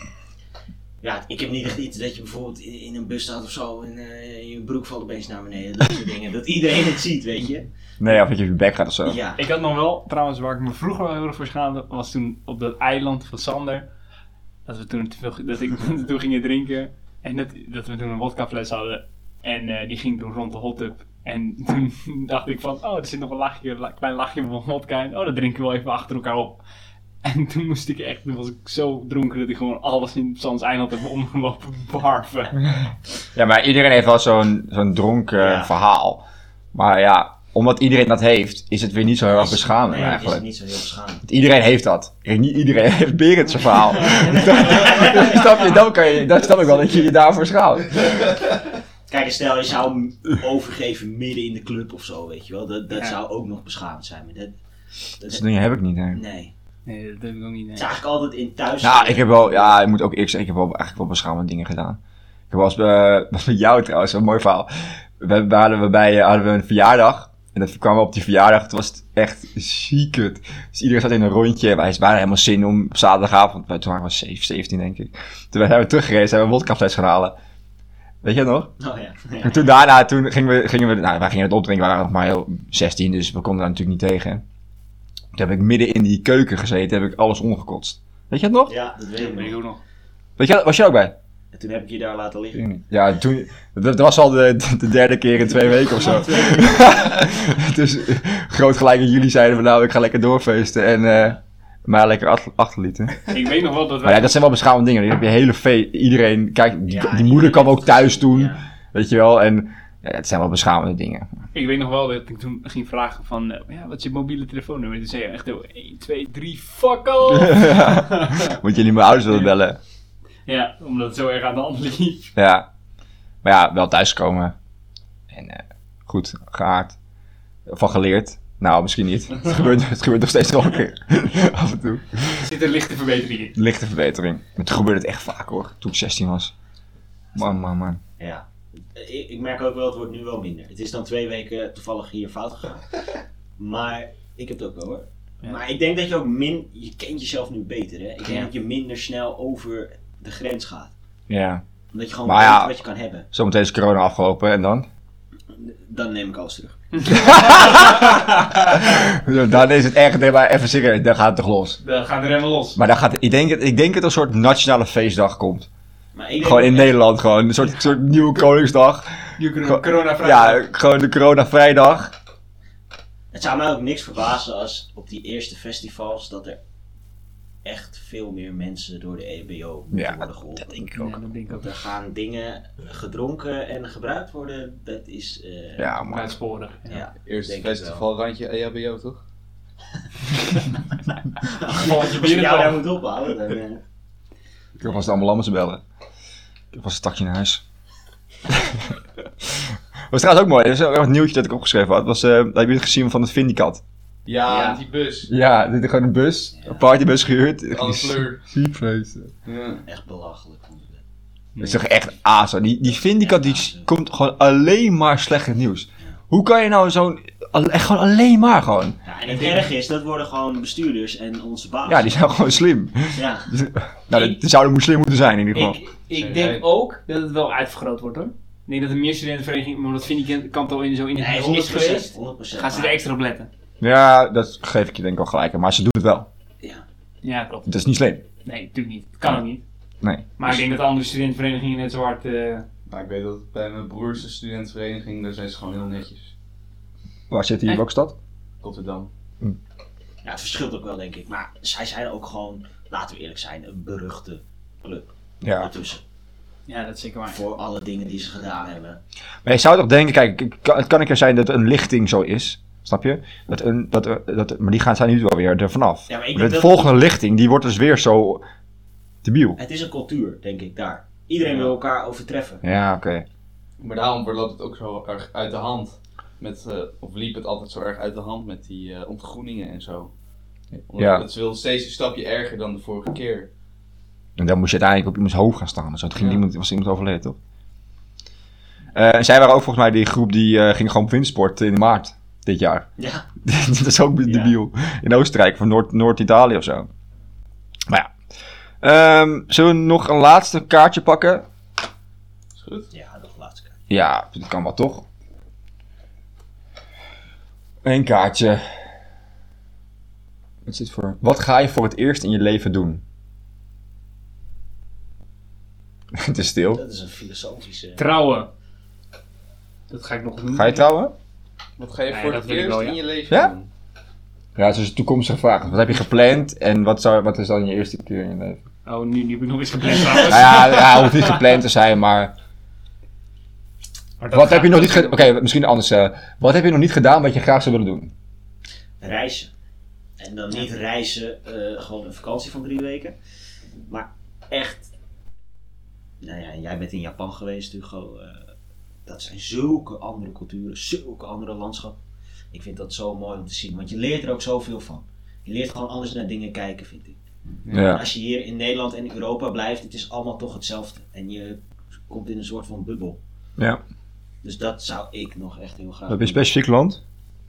D: Ja, ik heb niet echt iets dat je bijvoorbeeld in, in een bus staat of zo en uh, je broek valt opeens naar beneden. Dat soort dingen. Dat iedereen het ziet, weet je.
A: Nee, of dat je op je bek gaat of zo.
D: Ja.
B: Ik had nog wel, trouwens, waar ik me vroeger wel heel erg voor schaamde, was toen op dat eiland van Sander. Dat we toen te veel, dat ik toen gingen drinken. En dat, dat we toen een wodkafles hadden. En uh, die ging toen rond de hot tub. En toen dacht ik van, oh, er zit nog een laagje, een klein laagje van vodka in. Oh, dat drinken we wel even achter elkaar op. En toen moest ik echt, toen was ik zo dronken dat ik gewoon alles in Sans Eiland heb omgelopen barven.
A: Ja, maar iedereen heeft wel zo'n zo'n dronken
D: Ja.
A: verhaal. Maar ja, omdat iedereen dat heeft, is het weer niet zo heel erg beschamend
D: Nee, dat is
A: eigenlijk.
D: niet zo heel beschamend.
A: Want iedereen heeft dat. Kijk, niet iedereen heeft Berend zijn verhaal. Snap je? Dan, kan je, dan snap ik wel dat je je daarvoor schaamt.
D: Kijk, en stel je zou hem overgeven midden in de club of zo, weet je wel. Dat, dat
B: Ja.
D: zou ook nog beschamend zijn. Maar dat,
A: Dat
D: dat,
A: soort dingen heb ik niet, hè.
D: nee.
B: Nee, dat heb ik ook niet.
D: Het is
B: Nee.
D: eigenlijk altijd in thuis.
A: Nou, ik heb wel, ja, ik moet ook eerlijk zeggen, ik heb wel eigenlijk wel beschamende dingen gedaan. Ik heb wel eens bij, was met jou trouwens, een mooi verhaal. We, we hadden we bij, hadden we een verjaardag. En dat kwamen we op die verjaardag, toen was het echt ziekend. Dus iedereen zat in een rondje. Wij waren helemaal zin om op zaterdagavond, wij- toen waren we zeven, zeventien denk ik. Toen zijn we teruggereden, zijn we een wodkafles gaan halen. Weet je dat nog?
D: Oh ja. ja.
A: En toen daarna, toen gingen we, gingen we, nou wij gingen het opdrinken, we waren nog maar heel zestien, dus we konden daar natuurlijk niet tegen. Toen heb ik midden in die keuken gezeten, heb ik alles omgekotst. Weet je het nog?
D: Ja, dat weet ik
B: Dat weet ik
D: nog.
B: ook nog.
A: Weet je, was je ook bij?
D: En toen heb ik je daar laten liggen.
A: Ja, toen, dat, dat was al de, de derde keer in twee weken of zo. Dus groot gelijk dat jullie zeiden van nou, ik ga lekker doorfeesten en uh, mij lekker achter, achterlieten.
B: Ik weet nog wel dat
A: Maar
B: wij...
A: ja, dat zijn wel beschamende dingen. Dan heb je hele fe- iedereen, kijk, die,
D: Ja,
A: die
D: iedereen
A: moeder kwam
D: heeft
A: ook thuis
D: het
A: toen,
D: gezien, ja.
A: weet je wel. En ja, het zijn wel beschamende dingen.
B: Ik weet nog wel dat ik toen ging vragen van, uh, ja, wat is je mobiele telefoonnummer? En toen zei je echt zo, één, twee, drie, fuck off!
A: Moet je niet mijn ouders willen bellen.
B: Ja, omdat het zo erg aan de hand liep.
A: Ja. Maar ja, wel thuiskomen. En uh, goed, gehaakt. Van geleerd. Nou, misschien niet. Het gebeurt, het gebeurt nog steeds wel een keer. Af en toe.
B: Er zit een lichte verbetering in.
A: Lichte verbetering. Maar toen gebeurde het echt vaak hoor. Toen ik zestien was. Man, man, man.
D: Ja. Ik, ik merk ook wel, het wordt nu wel minder. Het is dan twee weken toevallig hier fout gegaan. Maar ik heb het ook wel hoor.
B: Ja.
D: Maar ik denk dat je ook min... Je kent jezelf nu beter hè. Ik denk
B: Ja.
D: dat je minder snel over de grens gaat.
A: Ja.
D: Omdat je gewoon
A: Maar
D: weet
A: ja.
D: wat je kan hebben.
A: Zometeen is corona afgelopen en dan?
D: Dan neem ik alles terug.
A: Dan is het echt, nee, maar even serieus, dan gaat het toch los.
B: Dan gaan er helemaal los.
A: Maar dan gaat, ik denk, het- ik denk dat er een soort nationale feestdag komt.
D: Maar ik denk
A: Gewoon in
D: ook-
A: Nederland, gewoon. Een soort, soort nieuwe Koningsdag.
B: Nu corona,
A: Go-
B: corona vrij.
A: Ja, gewoon de corona-vrijdag.
D: Het zou mij ook niks verbazen als op die eerste festivals dat er echt veel meer mensen door de E B O moeten
A: Ja,
D: worden geholpen.
A: dat denk ik
B: Ja,
A: ook.
B: dat denk ik ook.
D: Er gaan dingen gedronken en gebruikt worden, dat is... eh,
A: Ja, man.
B: Buitensporig. Ja.
D: ja,
E: Eerste
D: denk ik
E: festival randje E H B O, toch?
D: Als je jou daar moet ophouden, dan... eh,
A: Ik heb vast de ambulance bellen. Ik heb vast een taxi naar huis. Was trouwens ook mooi. Dat is ook een nieuwtje dat ik opgeschreven had. Was, uh, heb je het gezien van het Vindicat?
E: Ja,
D: Ja.
E: die bus.
A: Ja, dit is gewoon een bus. Een partybus gehuurd.
E: Alle fleur.
A: Ziek feesten.
E: Ja.
D: echt belachelijk vond ik dat.
A: Dat is toch echt aso. Die, die Vindicat die s- komt gewoon alleen maar slecht nieuws. Hoe kan je nou zo'n... al- Echt gewoon alleen maar gewoon.
D: Ja, en het erg is, dat worden gewoon bestuurders en onze baas.
A: Ja, die zijn gewoon slim.
D: Ja.
A: Nou, dat- die zouden slim moeten zijn in ieder geval.
B: Ik, ik
E: Zeg
B: denk
E: jij.
B: ook dat het wel uitvergroot wordt hoor. Ik denk dat er meer studentenverenigingen, maar dat vind ik kant al in zo in het
D: Nee,
B: nieuws
D: honderd
B: is
D: procent.
B: geweest.
D: honderd procent.
B: Gaan ze er extra op letten.
A: Ja, dat geef ik je denk ik wel gelijk. Maar ze doen het wel.
D: Ja.
B: Ja, klopt.
A: Dat is niet slim.
B: Nee, natuurlijk niet. Kan ook niet.
A: Nee.
B: Maar ik denk dat andere studentenverenigingen net zo hard... eh,
E: Maar ik weet dat bij mijn broers de studentenvereniging, daar zijn ze gewoon heel netjes.
A: Waar zit hij? In welke stad?
E: Rotterdam.
D: Ja, het verschilt ook wel, denk ik. Maar zij zijn ook gewoon, laten we eerlijk zijn, een beruchte club.
A: Ja.
D: Ertussen.
B: ja, dat is zeker waar.
D: Voor alle dingen die ze gedaan hebben.
A: Maar je zou toch denken, kijk, het kan- het kan een keer zijn dat een lichting zo is. Snap je? Dat een, dat, er- dat, maar die gaan zijn nu wel weer er vanaf.
D: Ja, maar ik
A: Maar
D: denk
A: de
D: dat-
A: volgende lichting, die wordt dus weer zo debiel.
D: Het is een cultuur, denk ik, daar. Iedereen wil elkaar overtreffen.
A: Ja, oké.
E: Maar daarom wordt- loopt het ook zo erg uit de hand. Met, eh, of liep het altijd zo erg uit de hand met die eh, ontgroeningen en zo. Omdat
A: Ja.
E: Het wil steeds een stapje erger dan de vorige keer.
A: En dan moest je uiteindelijk op iemands hoofd gaan staan. Dus toen ging
E: Ja.
A: iemand, was iemand overleden, toch? Eh, en zij waren ook volgens mij die groep die eh, ging gewoon op windsport in maart dit jaar.
D: Ja.
A: Dat is ook debiel. In Oostenrijk, van Noord- Noord-Italië of zo. Maar ja. Ehm, zullen we nog een laatste kaartje pakken?
E: Is goed?
D: Ja, nog laatste kaart.
A: Ja, dat kan wel toch? Eén kaartje. Wat is dit voor? Wat ga je voor het eerst in je leven doen? Het is stil.
D: Dat is een filosofische...
B: Trouwen. Dat ga ik nog doen.
A: Ga je trouwen?
E: Wat ga je
B: Nee,
E: voor
B: dat
E: het
B: wil ik
E: eerst
B: wel, ja.
E: in je leven
A: Ja?
E: doen?
A: Ja, het is een toekomstige vraag. Wat heb je gepland en wat, zou, wat is dan je eerste keer in je leven?
B: Oh, nu, nu heb ik nog eens gepland trouwens.
A: Nou ja, ja, hoeft niet gepland te zijn, maar...
B: Maar dat
A: Wat
B: gaat-
A: heb je nog niet gedaan? Oké, misschien anders. eh, wat heb je nog niet gedaan wat je graag zou willen doen?
D: reizen. En dan niet reizen, eh, gewoon een vakantie van drie weken. Maar echt... Nou ja, jij bent in Japan geweest, Hugo. eh, dat zijn zulke andere culturen, zulke andere landschappen. Ik vind dat zo mooi om te zien, want je leert er ook zoveel van. Je leert gewoon anders naar dingen kijken, vind ik.
A: Ja.
D: Als je hier in Nederland en Europa blijft, het is allemaal toch hetzelfde. En je komt in een soort van bubbel.
A: Ja.
D: Dus dat zou ik nog echt heel graag
A: Heb je een
D: doen.
A: specifiek land?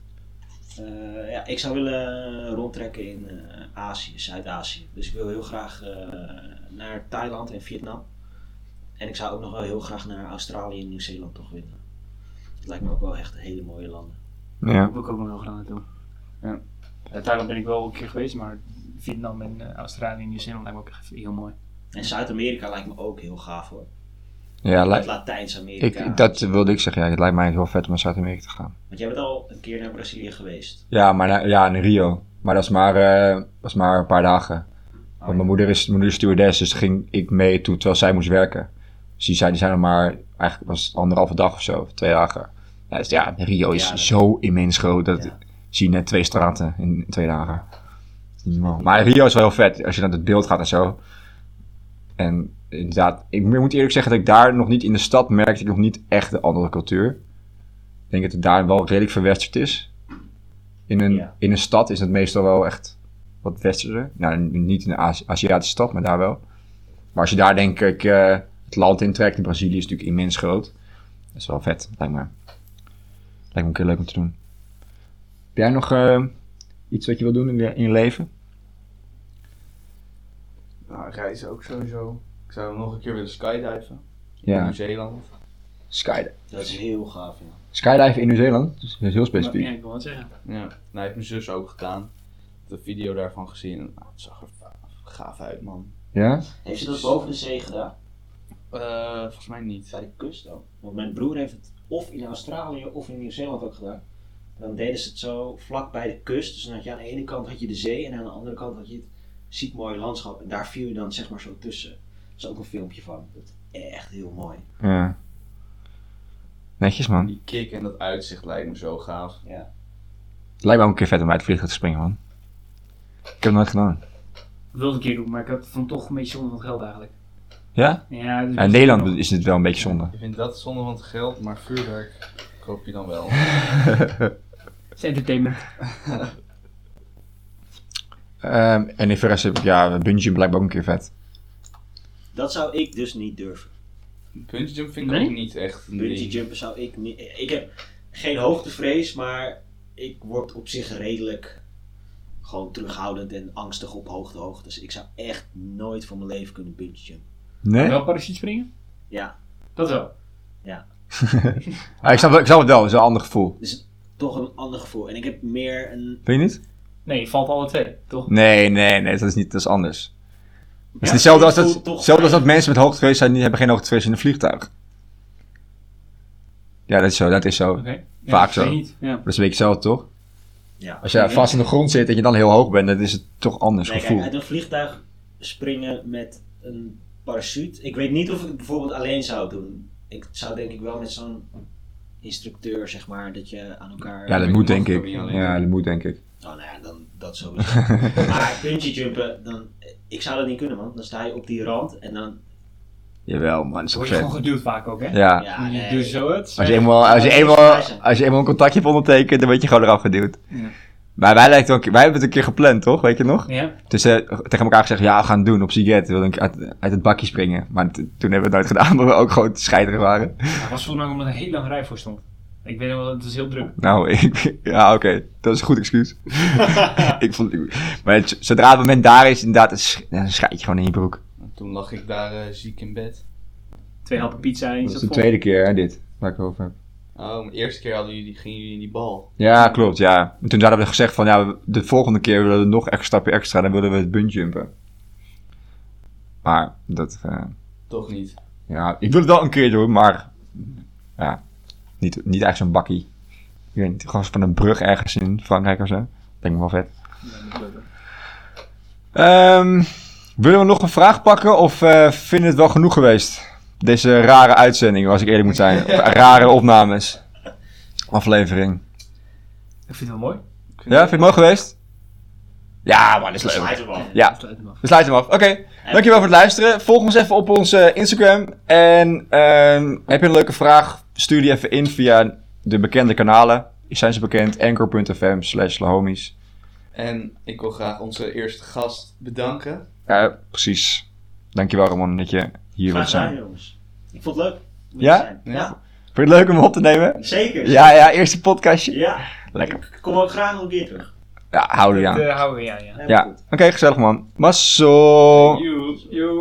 D: Eh, ja, ik zou willen rondtrekken in eh, Azië, Zuid-Azië. Dus ik wil heel graag eh, naar Thailand en Vietnam. En ik zou ook nog wel heel graag naar Australië en Nieuw-Zeeland toch willen. Dat lijkt me ook wel echt hele mooie landen.
A: Ja.
B: Daar wil ik ook nog heel graag naartoe. Ja. Uh, Thailand ben ik wel een keer geweest, maar Vietnam en uh, Australië en Nieuw-Zeeland lijkt me ook echt heel mooi.
D: En Zuid-Amerika lijkt me ook heel gaaf hoor.
A: Ja,
D: Met
A: lijkt...
D: Latijns-Amerika.
A: Ik, ik- dat wilde ik zeggen. Ja, het lijkt mij heel vet om naar Zuid-Amerika te gaan.
D: Want jij bent al een keer naar Brazilië geweest.
A: Ja, maar na- ja, in Rio. Maar dat is maar, eh, dat is maar een paar dagen. Want mijn moeder is, mijn moeder is stewardess, dus toen ging ik mee toe terwijl zij moest werken. Dus die zijn, die zijn er maar, eigenlijk was het anderhalve dag of zo, twee dagen. Ja, dus ja, Rio is
D: Ja, dat-
A: zo immens groot, dat
D: Ja.
A: zie je net twee straten in twee dagen. Dat is niet normaal. Maar Rio is wel heel vet, als je naar het beeld gaat en zo. En inderdaad, ik moet eerlijk zeggen dat ik daar nog niet in de stad merkte ik nog niet echt de andere cultuur. Ik denk dat het daar wel redelijk verwesterd is. In een,
D: Ja.
A: in een stad is het meestal wel echt wat westerder. Nou, niet in een Azi- Aziatische stad, maar daar wel. Maar als je daar denk ik eh, het land intrekt, in Brazilië is natuurlijk immens groot. Dat is wel vet, lijkt me. Lijkt me een keer leuk om te doen. Heb jij nog eh, iets wat je wil doen in je, in je leven?
E: Nou, reizen ook sowieso. Ik zou nog een keer willen skydiven. In
A: Ja,
E: Nieuw-Zeeland.
A: skydive.
D: Dat is heel gaaf, ja.
A: Skydive in Nieuw-Zeeland? Dat is heel specifiek.
B: Ja, ik wil wat zeggen.
E: Ja, nou heeft mijn zus ook gedaan. De video daarvan gezien. En, nou, het zag er gaaf uit, man.
A: Ja?
D: Heeft ze dat boven de zee gedaan?
E: Uh, volgens mij niet.
D: Bij de kust ook. Want mijn broer heeft het of in Australië of in Nieuw-Zeeland ook gedaan. Dan deden ze het zo vlak bij de kust. Dus dan had je aan de ene kant had je de zee en aan de andere kant had je het ziek mooie landschap. En daar viel je dan zeg maar zo tussen. Er is ook een filmpje van. Dat is echt heel mooi.
A: Ja. Netjes, man.
E: Die kick en dat uitzicht lijkt me zo gaaf.
D: Ja.
A: Het lijkt me ook een keer vet om uit het vliegtuig te springen, man. Ik heb het nooit gedaan.
B: Ik wilde een keer doen, maar ik had vond toch een beetje zonde van het geld eigenlijk.
A: Ja?
B: Ja, dus
A: Ja, in Nederland is het wel een beetje zonde.
E: Je vindt dat zonde van het geld, maar vuurwerk koop je dan wel.
B: Het is entertainment.
A: Um, en in verrest heb ik, ja, bungee blijkt me ook een keer vet.
D: Dat zou ik dus niet durven.
E: Bungee jump vind ik
B: Nee?
E: ook niet echt een
D: Bungee
E: ding.
D: jumpen zou ik niet... Ik heb geen hoogtevrees, maar ik word op zich redelijk gewoon terughoudend en angstig op hoogte hoogte. Dus ik zou echt nooit van mijn leven kunnen bungee jumpen.
A: Nee?
B: Wel parachute springen?
D: Ja,
B: Dat wel.
A: Ah, ik, snap, ik snap het wel, het is een ander gevoel.
D: toch een ander gevoel. En ik heb meer een...
A: Vind je niet?
B: Nee, je valt alle twee, toch?
A: Nee, nee, nee, dat is niet, dat is anders. Het is
D: Ja,
A: hetzelfde als
D: ik
A: dat,
D: voel toch
A: hetzelfde als dat
D: fijn.
A: mensen met hoogtevrees zijn, die hebben geen hoogtevrees in een vliegtuig. Ja, dat is zo, dat is zo.
B: Oké. Ja,
A: Vaak
B: ik weet
A: zo.
B: Niet. Ja.
A: Dat is een beetje hetzelfde, toch?
D: Ja.
A: Als je vast in de grond zit en je dan heel hoog bent, dan is het toch anders
D: Nee, kijk,
A: gevoel.
D: uit een vliegtuig springen met een parachute. Ik weet niet of ik het bijvoorbeeld alleen zou doen. Ik zou denk ik wel met zo'n instructeur, zeg maar, dat je aan elkaar...
A: Ja, dat
E: je
A: moet
E: mag
A: denk
E: het
A: ik.
E: ook niet alleen
A: Ja,
E: doen.
A: dat moet denk ik.
D: Oh, nou ja, dan dat sowieso. Maar bungee jumpen, dan... Ik zou dat niet kunnen, man. Dan sta je op die rand en dan...
A: Jawel, man, dat is
B: Word
A: toch
B: je
A: vet.
B: gewoon geduwd vaak ook, hè?
A: Ja.
D: Ja,
B: Je
D: nee.
B: doet zo het.
A: Als je, eenmaal, als, je
D: Ja,
A: eenmaal,
D: dat is wijze.
A: als je eenmaal een contractje hebt ondertekend, dan word je gewoon eraf geduwd.
B: Ja.
A: Maar wij, lijkt ook, wij hebben het een keer gepland, toch? Weet je nog?
B: Ja.
A: Dus uh, tegen elkaar gezegd, ja, we gaan het doen op Siget. We wilden uit, uit het bakje springen. Maar t- toen hebben we het nooit gedaan, omdat we ook gewoon te scheiterig waren.
B: Het was volgens mij omdat er een hele lange rij voor stond. Ik weet nog wel, het was heel druk.
A: Nou, ik, ja, oké. Okay. Dat is een goed excuus. ik vond, maar het, zodra het moment daar is, inderdaad, dan sch- dan schijt je gewoon in je broek.
E: En toen lag ik daar uh, ziek in bed.
B: Twee happen pizza en
A: Dat is de tweede keer, hè, dit, waar ik het over heb.
E: Oh, de eerste keer hadden jullie, gingen jullie in die bal.
A: Ja, klopt, ja. En toen hadden we gezegd van, ja, de volgende keer willen we nog een stapje extra, dan willen we het bunjumpen. Maar, dat, uh,
E: Toch niet.
A: ja, ik wil het wel een keer doen, maar, ja, niet, niet echt zo'n bakkie. Ik weet niet, gewoon van een brug ergens in Frankrijk of zo. Denk me wel vet. Um, willen we nog een vraag pakken of uh, vinden we het wel genoeg geweest? Deze rare uitzending, als ik eerlijk moet zijn. Of, rare opnames. Aflevering.
B: Ik vind het wel mooi.
E: Ik vind
A: Ja, vind je het mooi geweest? Ja, man, dat is
D: Sluit
A: leuk.
D: hem af.
A: Ja,
B: Sluit hem af.
A: we sluiten hem af. Oké, okay. Dankjewel voor het luisteren. Volg ons even op onze Instagram. En um, heb je een leuke vraag? Stuur die even in via de bekende kanalen. Zijn ze bekend? Anchor punt f m slash lahomies.
E: En ik wil graag onze eerste gast bedanken.
A: Ja, precies. Dankjewel, Ramon, dat je hier wilt
D: Graag gedaan,
A: zijn.
D: jongens. Ik vond het leuk. Moet
A: Ja?
D: je zijn.
E: Ja.
D: Ja?
A: Vond je het leuk om op te nemen?
D: Zeker.
A: Ja, ja, eerste podcastje.
D: Ja.
A: Lekker.
D: Ik kom ook graag nog een keer terug.
A: Ja, houden we
B: Dat
A: aan.
B: uh, houden we, ja. ja.
D: Helemaal
A: Ja,
D: goed.
A: oké, gezellig man. Masso!
B: Joe, joe.